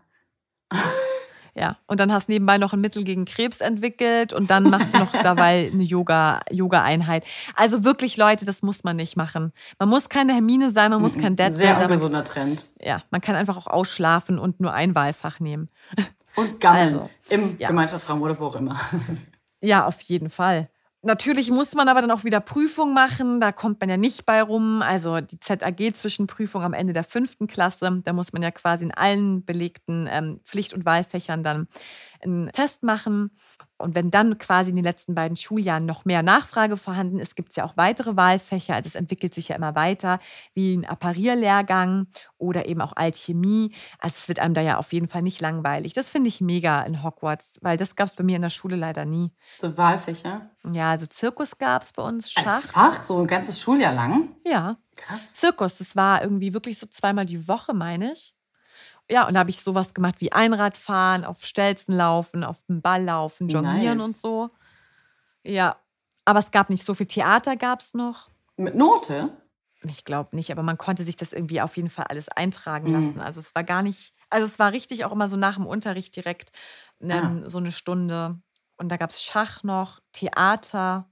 Ja, und dann hast du nebenbei noch ein Mittel gegen Krebs entwickelt und dann machst du noch dabei eine Yoga-Einheit. Also wirklich, Leute, das muss man nicht machen. Man muss keine Hermine sein, man muss kein Dad sein. Sehr ungesunder Trend. Ja, man kann einfach auch ausschlafen und nur ein Wahlfach nehmen. Und gammeln im Gemeinschaftsraum oder wo auch immer. Ja, auf jeden Fall. Natürlich muss man aber dann auch wieder Prüfung machen. Da kommt man ja nicht bei rum. Also die ZAG-Zwischenprüfung am Ende der 5. Klasse. Da muss man ja quasi in allen belegten Pflicht- und Wahlfächern dann einen Test machen. Und wenn dann quasi in den letzten beiden Schuljahren noch mehr Nachfrage vorhanden ist, gibt es ja auch weitere Wahlfächer. Also es entwickelt sich ja immer weiter, wie ein Apparierlehrgang oder eben auch Alchemie. Also es wird einem da ja auf jeden Fall nicht langweilig. Das finde ich mega in Hogwarts, weil das gab es bei mir in der Schule leider nie. So Wahlfächer? Ja, also Zirkus gab es bei uns, Schach. Als Fach? So ein ganzes Schuljahr lang? Ja. Krass. Zirkus, das war irgendwie wirklich so 2-mal die Woche, meine ich. Ja, und da habe ich sowas gemacht wie Einradfahren, auf Stelzen laufen, auf dem Ball laufen, jonglieren und so. Ja, aber es gab nicht so viel. Theater gab es noch. Mit Note? Ich glaube nicht, aber man konnte sich das irgendwie auf jeden Fall alles eintragen lassen. Also es war gar nicht, also es war richtig auch immer so nach dem Unterricht direkt so eine Stunde. Und da gab es Schach noch, Theater.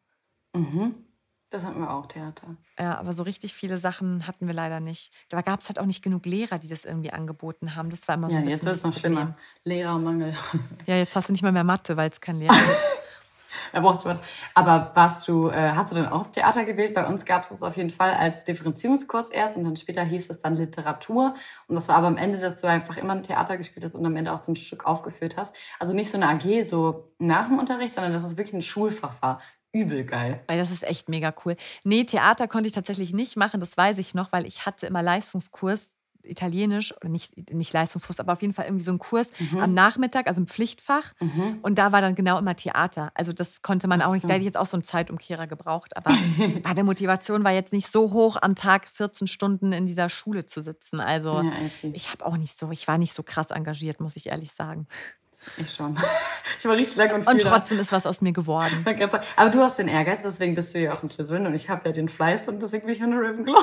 Das hatten wir auch, Theater. Ja, aber so richtig viele Sachen hatten wir leider nicht. Da gab es halt auch nicht genug Lehrer, die das irgendwie angeboten haben. Das war immer so ein bisschen. Jetzt wird es noch schlimmer. Lehrermangel. Ja, jetzt hast du nicht mal mehr Mathe, weil es keinen Lehrer gibt. Er braucht Mathe. Aber hast du denn auch Theater gewählt? Bei uns gab es das auf jeden Fall als Differenzierungskurs erst und dann später hieß es dann Literatur. Und das war aber am Ende, dass du einfach immer ein Theater gespielt hast und am Ende auch so ein Stück aufgeführt hast. Also nicht so eine AG, so nach dem Unterricht, sondern dass es wirklich ein Schulfach war. Übel geil. Weil das ist echt mega cool. Nee, Theater konnte ich tatsächlich nicht machen, das weiß ich noch, weil ich hatte immer Leistungskurs Italienisch, oder nicht Leistungskurs, aber auf jeden Fall irgendwie so einen Kurs am Nachmittag, also ein Pflichtfach. Und da war dann genau immer Theater. Also das konnte man auch nicht, da hätte ich jetzt auch so einen Zeitumkehrer gebraucht. Aber meine Motivation war jetzt nicht so hoch, am Tag 14 Stunden in dieser Schule zu sitzen. Also ich war nicht so krass engagiert, muss ich ehrlich sagen. Ich schon. Ich war richtig lange und trotzdem ist was aus mir geworden. Aber du hast den Ehrgeiz, deswegen bist du ja auch ein Slytherin und ich habe ja den Fleiß und deswegen bin ich eine Ravenclaw.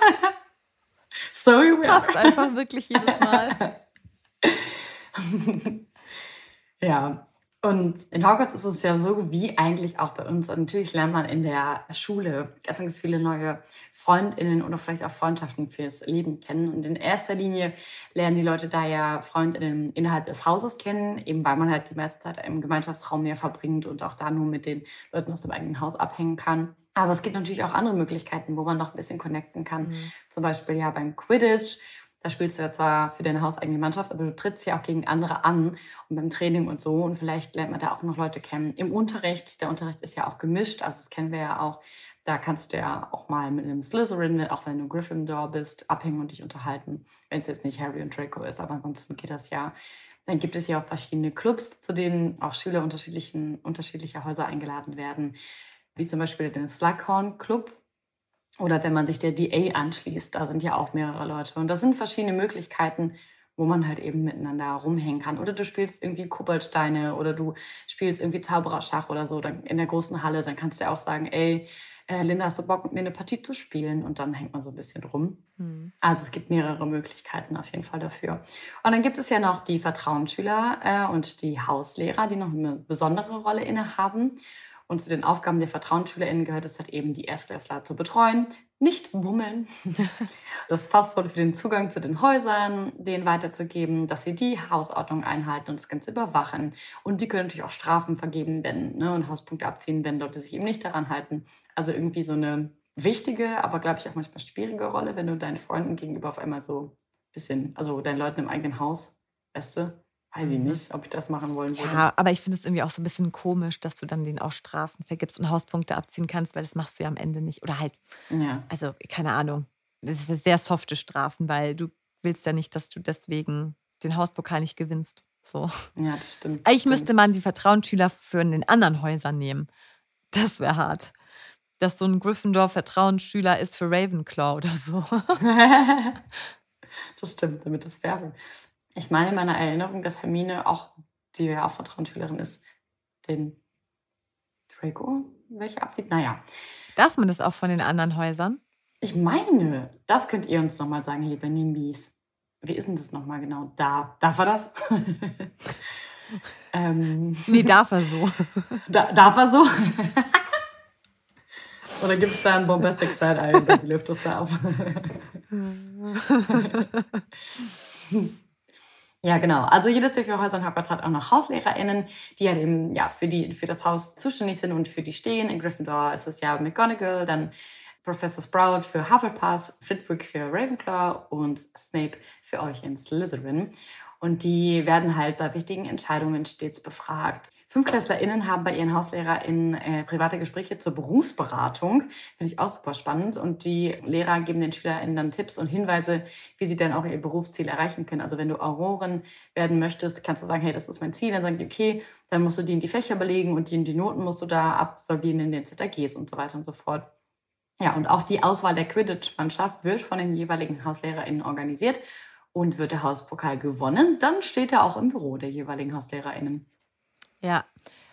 Sorry, passt einfach wirklich jedes Mal. Ja, und in Hogwarts ist es ja so wie eigentlich auch bei uns. Und natürlich lernt man in der Schule ganz viele neue FreundInnen oder vielleicht auch Freundschaften fürs Leben kennen. Und in erster Linie lernen die Leute da ja FreundInnen innerhalb des Hauses kennen, eben weil man halt die meiste Zeit im Gemeinschaftsraum mehr verbringt und auch da nur mit den Leuten aus dem eigenen Haus abhängen kann. Aber es gibt natürlich auch andere Möglichkeiten, wo man noch ein bisschen connecten kann. Zum Beispiel ja beim Quidditch. Da spielst du ja zwar für deine hauseigene Mannschaft, aber du trittst ja auch gegen andere an und beim Training und so. Und vielleicht lernt man da auch noch Leute kennen. Im Unterricht, der Unterricht ist ja auch gemischt, also das kennen wir ja auch. Da kannst du ja auch mal mit einem Slytherin, auch wenn du Gryffindor bist, abhängen und dich unterhalten. Wenn es jetzt nicht Harry und Draco ist, aber ansonsten geht das ja. Dann gibt es ja auch verschiedene Clubs, zu denen auch Schüler unterschiedlicher Häuser eingeladen werden, wie zum Beispiel den Slughorn Club. Oder wenn man sich der DA anschließt, da sind ja auch mehrere Leute. Und das sind verschiedene Möglichkeiten, wo man halt eben miteinander rumhängen kann. Oder du spielst irgendwie Koboldsteine oder du spielst irgendwie Zaubererschach oder so dann in der großen Halle. Dann kannst du ja auch sagen, ey, Linda, hast du Bock, mit mir eine Partie zu spielen? Und dann hängt man so ein bisschen rum. Also es gibt mehrere Möglichkeiten auf jeden Fall dafür. Und dann gibt es ja noch die Vertrauensschüler und die Hauslehrer, die noch eine besondere Rolle innehaben. Und zu den Aufgaben der VertrauensschülerInnen gehört es halt eben, die Erstklässler zu betreuen, nicht bummeln, das Passwort für den Zugang zu den Häusern denen weiterzugeben, dass sie die Hausordnung einhalten und das Ganze überwachen. Und die können natürlich auch Strafen vergeben und Hauspunkte abziehen, wenn Leute sich eben nicht daran halten. Also irgendwie so eine wichtige, aber glaube ich auch manchmal schwierige Rolle, wenn du deinen Freunden gegenüber auf einmal so ein bisschen, also deinen Leuten im eigenen Haus, weißt du, weiß ich nicht, ob ich das machen wollen würde. Ja, aber ich finde es irgendwie auch so ein bisschen komisch, dass du dann denen auch Strafen vergibst und Hauspunkte abziehen kannst, weil das machst du ja am Ende nicht. Oder halt, also keine Ahnung, das ist sehr softe Strafen, weil du willst ja nicht, dass du deswegen den Hauspokal nicht gewinnst. So. Ja, das stimmt. Eigentlich müsste man die Vertrauensschüler für den anderen Häusern nehmen. Das wäre hart. Dass so ein Gryffindor-Vertrauensschüler ist für Ravenclaw oder so. Das stimmt, damit das wäre. Ich meine in meiner Erinnerung, dass Hermine auch, die ja auch Vertrauensschülerin ist, den Draco welche absieht. Naja. Darf man das auch von den anderen Häusern? Ich meine, das könnt ihr uns nochmal sagen, liebe Nimbis. Wie ist denn das nochmal genau da? Darf er das? Nee, darf er so. Darf er so? Oder gibt es da einen Bombastic Side-Eye und wie läuft das da ab? Ja, genau. Also jedes der 4 Häuser in Hogwarts hat auch noch HauslehrerInnen, die halt eben für das Haus zuständig sind und für die stehen. In Gryffindor ist es ja McGonagall, dann Professor Sprout für Hufflepuff, Flitwick für Ravenclaw und Snape für euch in Slytherin. Und die werden halt bei wichtigen Entscheidungen stets befragt. 5-KlässlerInnen haben bei ihren HauslehrerInnen private Gespräche zur Berufsberatung. Finde ich auch super spannend. Und die Lehrer geben den SchülerInnen dann Tipps und Hinweise, wie sie dann auch ihr Berufsziel erreichen können. Also wenn du Aurorin werden möchtest, kannst du sagen, hey, das ist mein Ziel. Dann sagen die, okay, dann musst du die in die Fächer belegen und die Noten musst du da absolvieren in den ZAGs und so weiter und so fort. Ja, und auch die Auswahl der Quidditch-Mannschaft wird von den jeweiligen HauslehrerInnen organisiert. Und wird der Hauspokal gewonnen, dann steht er auch im Büro der jeweiligen HauslehrerInnen. Ja,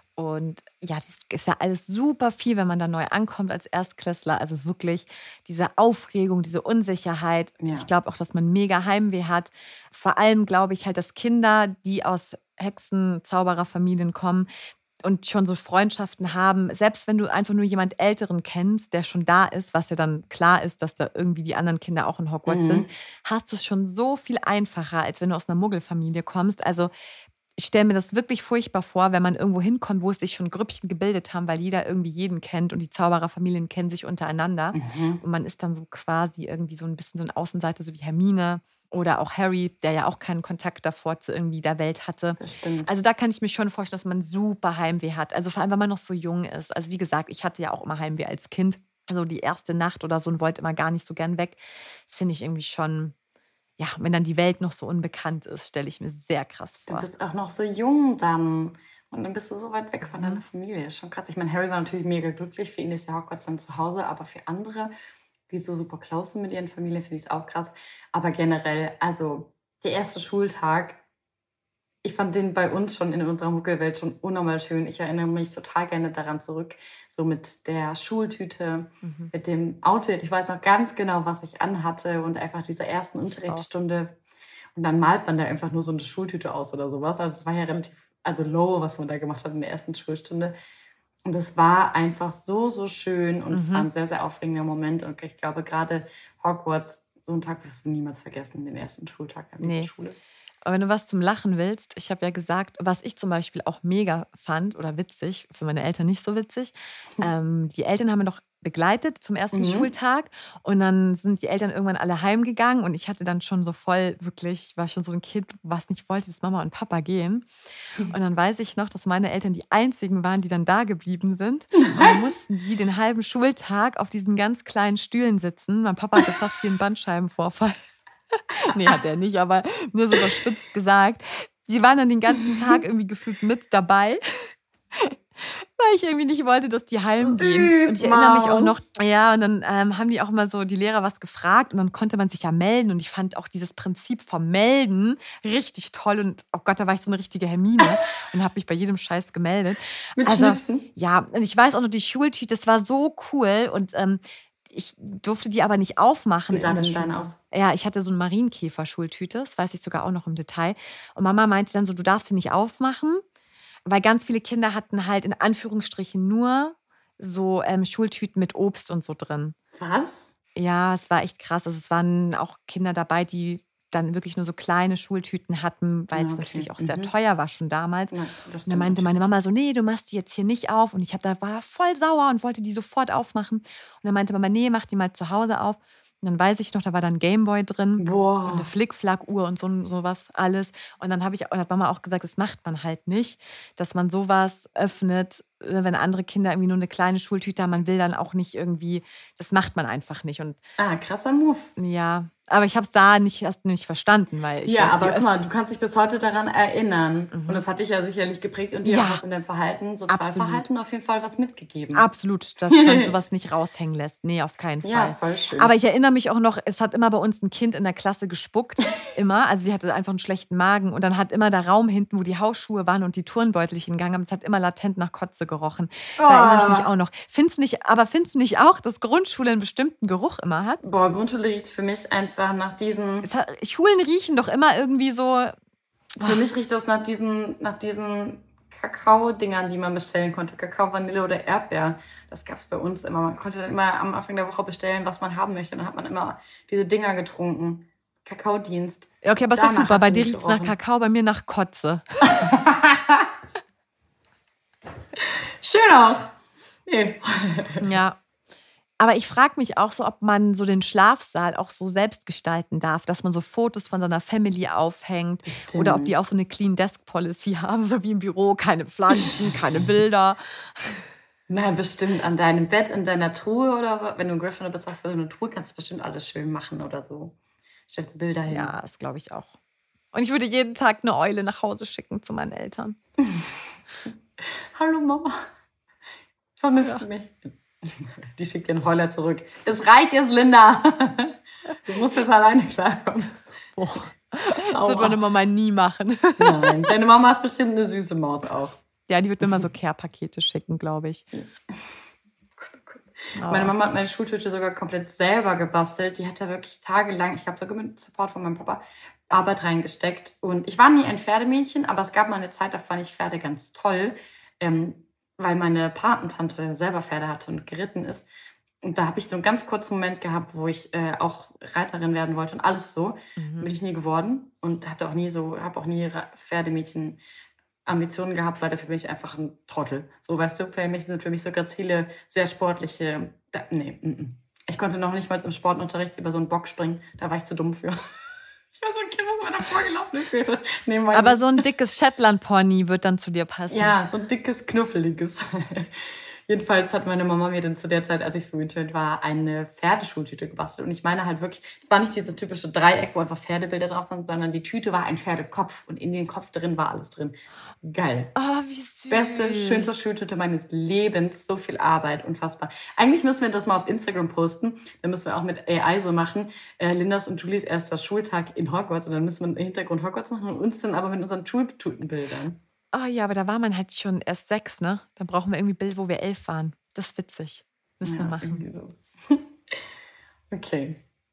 und ja, das ist ja alles super viel, wenn man da neu ankommt als Erstklässler. Also wirklich diese Aufregung, diese Unsicherheit. Ja. Ich glaube auch, dass man mega Heimweh hat. Vor allem glaube ich halt, dass Kinder, die aus Hexen-Zaubererfamilien kommen und schon so Freundschaften haben, selbst wenn du einfach nur jemand Älteren kennst, der schon da ist, was ja dann klar ist, dass da irgendwie die anderen Kinder auch in Hogwarts sind, hast du es schon so viel einfacher, als wenn du aus einer Muggelfamilie kommst. Also ich stelle mir das wirklich furchtbar vor, wenn man irgendwo hinkommt, wo es sich schon Grüppchen gebildet haben, weil jeder irgendwie jeden kennt und die Zaubererfamilien kennen sich untereinander. Und man ist dann so quasi irgendwie so ein bisschen so ein Außenseiter, so wie Hermine oder auch Harry, der ja auch keinen Kontakt davor zu irgendwie der Welt hatte. Das stimmt. Also da kann ich mir schon vorstellen, dass man super Heimweh hat. Also vor allem, wenn man noch so jung ist. Also wie gesagt, ich hatte ja auch immer Heimweh als Kind. Also die erste Nacht oder so und wollte immer gar nicht so gern weg. Das finde ich irgendwie schon... Ja, wenn dann die Welt noch so unbekannt ist, stelle ich mir sehr krass vor. Du bist auch noch so jung dann. Und dann bist du so weit weg von deiner Familie. Schon krass. Ich meine, Harry war natürlich mega glücklich. Für ihn ist ja Hogwarts dann zu Hause. Aber für andere, die so super close sind mit ihren Familien, finde ich es auch krass. Aber generell, also der erste Schultag, ich fand den bei uns schon in unserer Muggelwelt schon unnormal schön. Ich erinnere mich total gerne daran zurück. So mit der Schultüte, mit dem Outfit. Ich weiß noch ganz genau, was ich anhatte. Und einfach dieser ersten Unterrichtsstunde. Und dann malt man da einfach nur so eine Schultüte aus oder sowas. Also es war ja relativ low, was man da gemacht hat in der ersten Schulstunde. Und es war einfach so, so schön. Und es war ein sehr, sehr aufregender Moment. Und ich glaube, gerade Hogwarts, so einen Tag wirst du niemals vergessen, den ersten Schultag an dieser Schule. Aber wenn du was zum Lachen willst, ich habe ja gesagt, was ich zum Beispiel auch mega fand oder witzig, für meine Eltern nicht so witzig, die Eltern haben mich noch begleitet zum ersten Schultag und dann sind die Eltern irgendwann alle heimgegangen und ich hatte dann schon so voll, wirklich, war schon so ein Kind, was nicht wollte, dass Mama und Papa gehen. Und dann weiß ich noch, dass meine Eltern die einzigen waren, die dann da geblieben sind. Und dann mussten die den halben Schultag auf diesen ganz kleinen Stühlen sitzen. Mein Papa hatte fast hier einen Bandscheibenvorfall. Nee, hat er nicht, aber nur so überspitzt gesagt. die waren dann den ganzen Tag irgendwie gefühlt mit dabei. Weil ich irgendwie nicht wollte, dass die heimgehen. Und ich erinnere mich auch noch, ja, und dann haben die auch immer so die Lehrer was gefragt und dann konnte man sich ja melden. Und ich fand auch dieses Prinzip vom Melden richtig toll. Und oh Gott, da war ich so eine richtige Hermine und habe mich bei jedem Scheiß gemeldet. Mit Schnipsen? Ja, und ich weiß auch noch, die Schultüte, das war so cool. Und ich durfte die aber nicht aufmachen. Wie sah denn deine aus? Ja, ich hatte so eine Marienkäfer-Schultüte, das weiß ich sogar auch noch im Detail. Und Mama meinte dann so, du darfst sie nicht aufmachen. Weil ganz viele Kinder hatten halt in Anführungsstrichen nur so Schultüten mit Obst und so drin. Was? Ja, es war echt krass. Also es waren auch Kinder dabei, die dann wirklich nur so kleine Schultüten hatten, weil es natürlich auch sehr teuer war schon damals. Ja, und dann meinte meine Mama so, nee, du machst die jetzt hier nicht auf. Und war voll sauer und wollte die sofort aufmachen. Und dann meinte Mama, nee, mach die mal zu Hause auf. Und dann weiß ich noch, da war dann Gameboy drin. Boah. Und eine Flick-Flack-Uhr und sowas alles. Und dann hat Mama auch gesagt, das macht man halt nicht, dass man sowas öffnet, wenn andere Kinder irgendwie nur eine kleine Schultüte haben. Man will dann auch nicht irgendwie, das macht man einfach nicht. Und krasser Move. ja, aber ich habe es da erst nicht verstanden, weil ich aber guck mal, du kannst dich bis heute daran erinnern. Und das hat dich ja sicherlich geprägt und dir auch was in deinem Verhalten, Sozialverhalten auf jeden Fall was mitgegeben. Absolut, dass man sowas nicht raushängen lässt. Nee, auf keinen Fall. Ja, voll schön. Aber ich erinnere mich auch noch, es hat immer bei uns ein Kind in der Klasse gespuckt. Immer. Also sie hatte einfach einen schlechten Magen. Und dann hat immer der Raum hinten, wo die Hausschuhe waren und die Turnbeutelchen gegangen haben, es hat immer latent nach Kotze gerochen. Da erinnere ich mich auch noch. Findest du nicht auch, dass Grundschule einen bestimmten Geruch immer hat? Boah, Grundschule riecht für mich einfach nach diesen... Schulen riechen doch immer irgendwie so... Für mich riecht das nach diesen Kakao-Dingern, die man bestellen konnte. Kakao, Vanille oder Erdbeer. Das gab es bei uns immer. Man konnte dann immer am Anfang der Woche bestellen, was man haben möchte. Und dann hat man immer diese Dinger getrunken. Kakaodienst. Okay, aber ist doch super. Bei dir riecht es nach Kakao, bei mir nach Kotze. Schön auch. Nee. Ja. Aber ich frage mich auch so, ob man so den Schlafsaal auch so selbst gestalten darf, dass man so Fotos von seiner Family aufhängt. Bestimmt. Oder ob die auch so eine Clean Desk Policy haben, so wie im Büro, keine Pflanzen, keine Bilder. Nein, bestimmt an deinem Bett, in deiner Truhe oder wenn du ein Gryffindor bist, hast du eine Truhe, kannst du bestimmt alles schön machen oder so. Stellst Bilder hin. Ja, das glaube ich auch. Und ich würde jeden Tag eine Eule nach Hause schicken zu meinen Eltern. Hallo Mama, ich vermisse mich. Die schickt den Heuler zurück. Es reicht jetzt, Linda. Du musst jetzt alleine klarkommen. Boah. Das wird meine Mama nie machen. Nein, deine Mama ist bestimmt eine süße Maus auch. Ja, die wird mir immer so Care-Pakete schicken, glaube ich. Meine Mama hat meine Schultüte sogar komplett selber gebastelt. Die hat da wirklich tagelang, ich glaube sogar mit Support von meinem Papa, Arbeit reingesteckt. Und ich war nie ein Pferdemädchen, aber es gab mal eine Zeit, da fand ich Pferde ganz toll. Weil meine Patentante selber Pferde hatte und geritten ist. Und da habe ich so einen ganz kurzen Moment gehabt, wo ich auch Reiterin werden wollte und alles so. Bin ich nie geworden und habe auch nie Pferdemädchen Ambitionen gehabt, weil dafür bin ich einfach ein Trottel. So, weißt du, Pferdemädchen sind für mich so grazile, sehr sportliche... Ich konnte noch nicht mal im Sportunterricht über so einen Bock springen. Da war ich zu dumm für. Ich war so ein Kind, was mir davor gelaufen ist. Aber so ein dickes Shetland-Pony wird dann zu dir passen. Ja, so ein dickes, knuffeliges. Jedenfalls hat meine Mama mir dann zu der Zeit, als ich so getönt war, eine Pferdeschultüte gebastelt. Und ich meine halt wirklich, es war nicht diese typische Dreieck, wo einfach Pferdebilder drauf sind, sondern die Tüte war ein Pferdekopf und in den Kopf drin war alles drin. Geil. Oh, wie süß. Beste, schönste Schultüte meines Lebens. So viel Arbeit, unfassbar. Eigentlich müssen wir das mal auf Instagram posten. Dann müssen wir auch mit AI so machen. Lindas und Julies erster Schultag in Hogwarts. Und dann müssen wir im Hintergrund Hogwarts machen und uns dann aber mit unseren Schultutenbildern. Oh ja, aber da war man halt schon erst 6, ne? Dann brauchen wir irgendwie Bild, wo wir 11 waren. Das ist witzig. Müssen wir machen. So. Okay.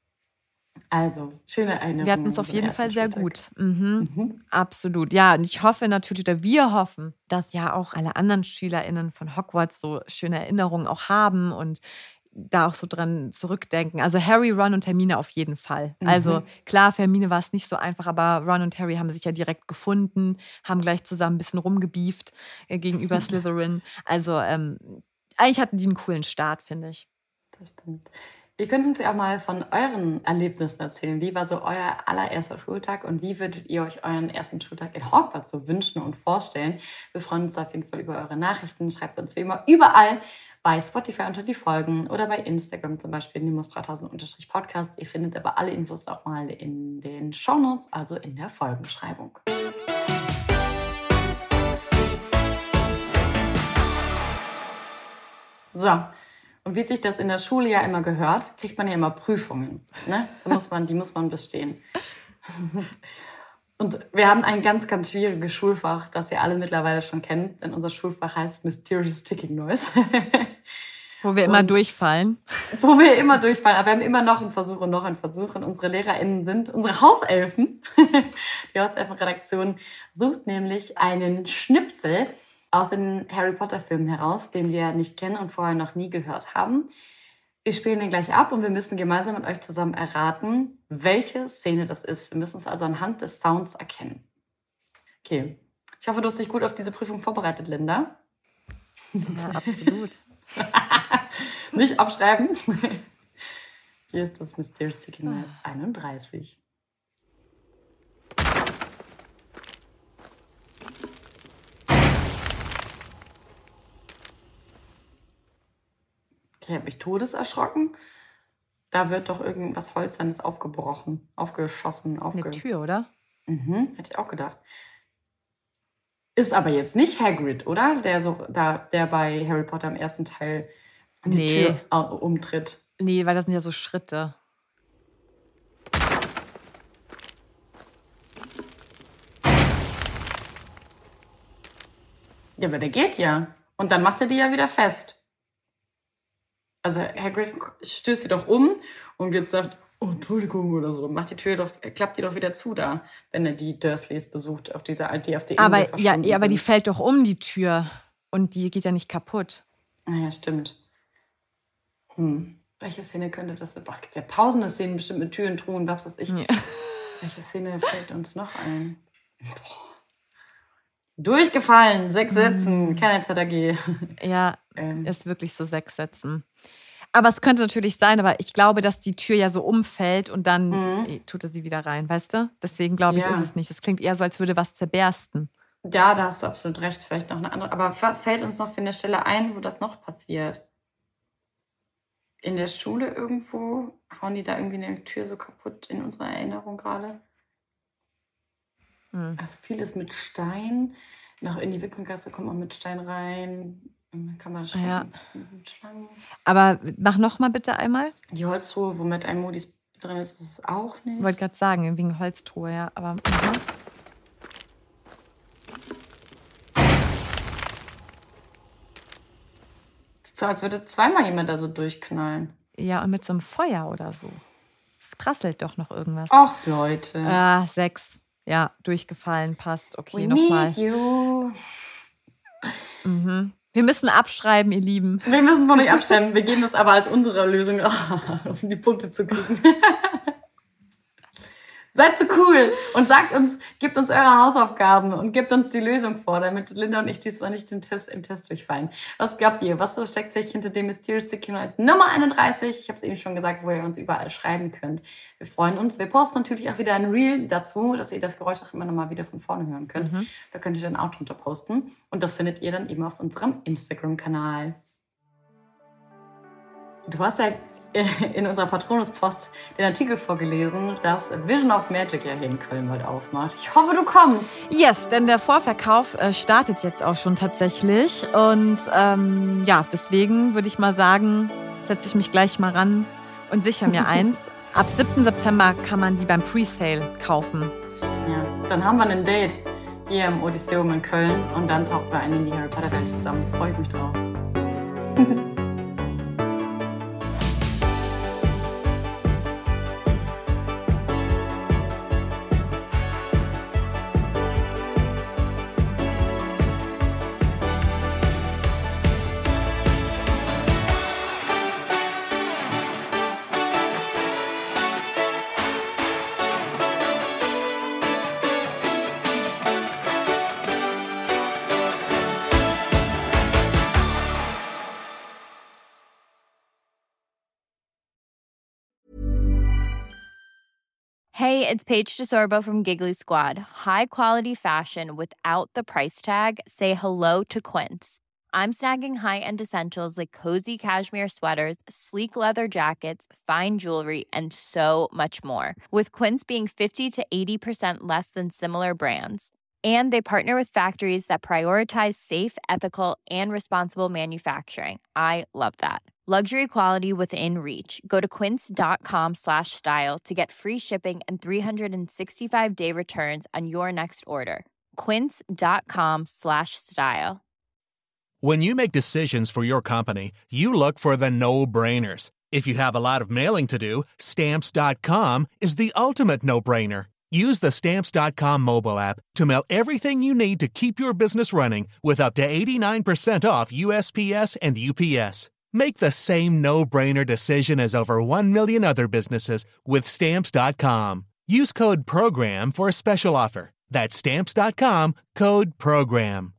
Also, schöne Erinnerungen. Wir hatten es auf jeden Fall sehr gut. Absolut. Ja, und ich hoffe natürlich, oder wir hoffen, dass ja auch alle anderen SchülerInnen von Hogwarts so schöne Erinnerungen auch haben und da auch so dran zurückdenken. Also Harry, Ron und Hermine auf jeden Fall. Also klar, für Hermine war es nicht so einfach, aber Ron und Harry haben sich ja direkt gefunden, haben gleich zusammen ein bisschen rumgebieft gegenüber Slytherin. Also eigentlich hatten die einen coolen Start, finde ich. Das stimmt. Ihr könnt uns ja auch mal von euren Erlebnissen erzählen. Wie war so euer allererster Schultag und wie würdet ihr euch euren ersten Schultag in Hogwarts so wünschen und vorstellen? Wir freuen uns auf jeden Fall über eure Nachrichten. Schreibt uns wie immer überall bei Spotify unter die Folgen oder bei Instagram zum Beispiel nimbus3000-podcast. Ihr findet aber alle Infos auch mal in den Shownotes, also in der Folgenbeschreibung. So, und wie sich das in der Schule ja immer gehört, kriegt man ja immer Prüfungen. Ne? Die muss man bestehen. Und wir haben ein ganz, ganz schwieriges Schulfach, das ihr alle mittlerweile schon kennt. Denn unser Schulfach heißt Mysterious Ticking Noise. Wo wir immer durchfallen. Wo wir immer durchfallen. Aber wir haben immer noch einen Versuch und noch einen Versuch. Und unsere LehrerInnen sind unsere Hauselfen. Die Hauselfen-Redaktion sucht nämlich einen Schnipsel aus den Harry Potter-Filmen heraus, den wir nicht kennen und vorher noch nie gehört haben. Wir spielen den gleich ab und wir müssen gemeinsam mit euch zusammen erraten, welche Szene das ist. Wir müssen es also anhand des Sounds erkennen. Okay. Ich hoffe, du hast dich gut auf diese Prüfung vorbereitet, Linda. Ja, absolut. Nicht abschreiben. Hier ist das Mysterious Ticking Noise 31. Ich habe mich todeserschrocken. Da wird doch irgendwas Holzernes aufgebrochen, aufgeschossen. Eine Tür, oder? Hätte ich auch gedacht. Ist aber jetzt nicht Hagrid, oder? Der bei Harry Potter im ersten Teil die Tür umtritt. Nee, weil das sind ja so Schritte. Ja, aber der geht ja. Und dann macht er die ja wieder fest. Also Hagrid stößt sie doch um und jetzt sagt, oh, Entschuldigung oder so, klappt die doch wieder zu da, wenn er die Dursleys besucht auf dieser auf der Insel verschwunden aber die fällt doch um, die Tür. Und die geht ja nicht kaputt. Ja, stimmt. Welche Szene könnte das sein? Es gibt ja tausende Szenen, bestimmt mit Türen, Truhen, was weiß ich. Ja. Welche Szene fällt uns noch ein? Durchgefallen, 6 Sätzen, keine ZAG. Ja, ist wirklich so 6 Sätzen. Aber es könnte natürlich sein, aber ich glaube, dass die Tür ja so umfällt und dann tut er sie wieder rein, weißt du? Deswegen glaube ich, ist es nicht. Es klingt eher so, als würde was zerbersten. Ja, da hast du absolut recht. Vielleicht noch eine andere. Aber was fällt uns noch für eine Stelle ein, wo das noch passiert? In der Schule irgendwo? Hauen die da irgendwie eine Tür so kaputt in unserer Erinnerung gerade? Also vieles mit Stein. Noch in die Wickelgasse kommt man mit Stein rein. Dann kann man mit Schlangen. Aber mach noch mal bitte einmal. Die Holztruhe, wo mit ein Modis drin ist, ist es auch nicht. Ich wollte gerade sagen, wegen Holztruhe, ja. Aber So, als würde zweimal jemand da so durchknallen. Ja, und mit so einem Feuer oder so. Es prasselt doch noch irgendwas. Ach, Leute. 6. Ja, durchgefallen, passt. Okay, nochmal. Wir müssen abschreiben, ihr Lieben. Wir müssen wohl nicht abschreiben. Wir geben das aber als unsere Lösung, um die Punkte zu kriegen. Seid so cool und gebt uns eure Hausaufgaben und gebt uns die Lösung vor, damit Linda und ich diesmal nicht im Test durchfallen. Was glaubt ihr? Was steckt sich hinter dem Mysterious Ticking Noise Nummer 31? Ich habe es eben schon gesagt, wo ihr uns überall schreiben könnt. Wir freuen uns. Wir posten natürlich auch wieder ein Reel dazu, dass ihr das Geräusch auch immer noch mal wieder von vorne hören könnt. Da könnt ihr dann auch drunter posten. Und das findet ihr dann eben auf unserem Instagram-Kanal. Du hast ja in unserer Patronus-Post den Artikel vorgelesen, dass Vision of Magic ja hier in Köln bald aufmacht. Ich hoffe, du kommst. Yes, denn der Vorverkauf startet jetzt auch schon tatsächlich. Und deswegen würde ich mal sagen, setze ich mich gleich mal ran und sichere mir eins. Ab 7. September kann man die beim Presale kaufen. Ja, dann haben wir ein Date hier im Odysseum in Köln und dann tauchen wir ein in die Harry Potter Welt zusammen. Freue ich mich drauf. Hey, it's Paige DeSorbo from Giggly Squad. High quality fashion without the price tag. Say hello to Quince. I'm snagging high-end essentials like cozy cashmere sweaters, sleek leather jackets, fine jewelry, and so much more. With Quince being 50 to 80% less than similar brands. And they partner with factories that prioritize safe, ethical, and responsible manufacturing. I love that. Luxury quality within reach. Go to quince.com/style to get free shipping and 365-day returns on your next order. Quince.com/style. When you make decisions for your company, you look for the no-brainers. If you have a lot of mailing to do, Stamps.com is the ultimate no-brainer. Use the Stamps.com mobile app to mail everything you need to keep your business running with up to 89% off USPS and UPS. Make the same no-brainer decision as over 1 million other businesses with Stamps.com. Use code PROGRAM for a special offer. That's Stamps.com, code PROGRAM.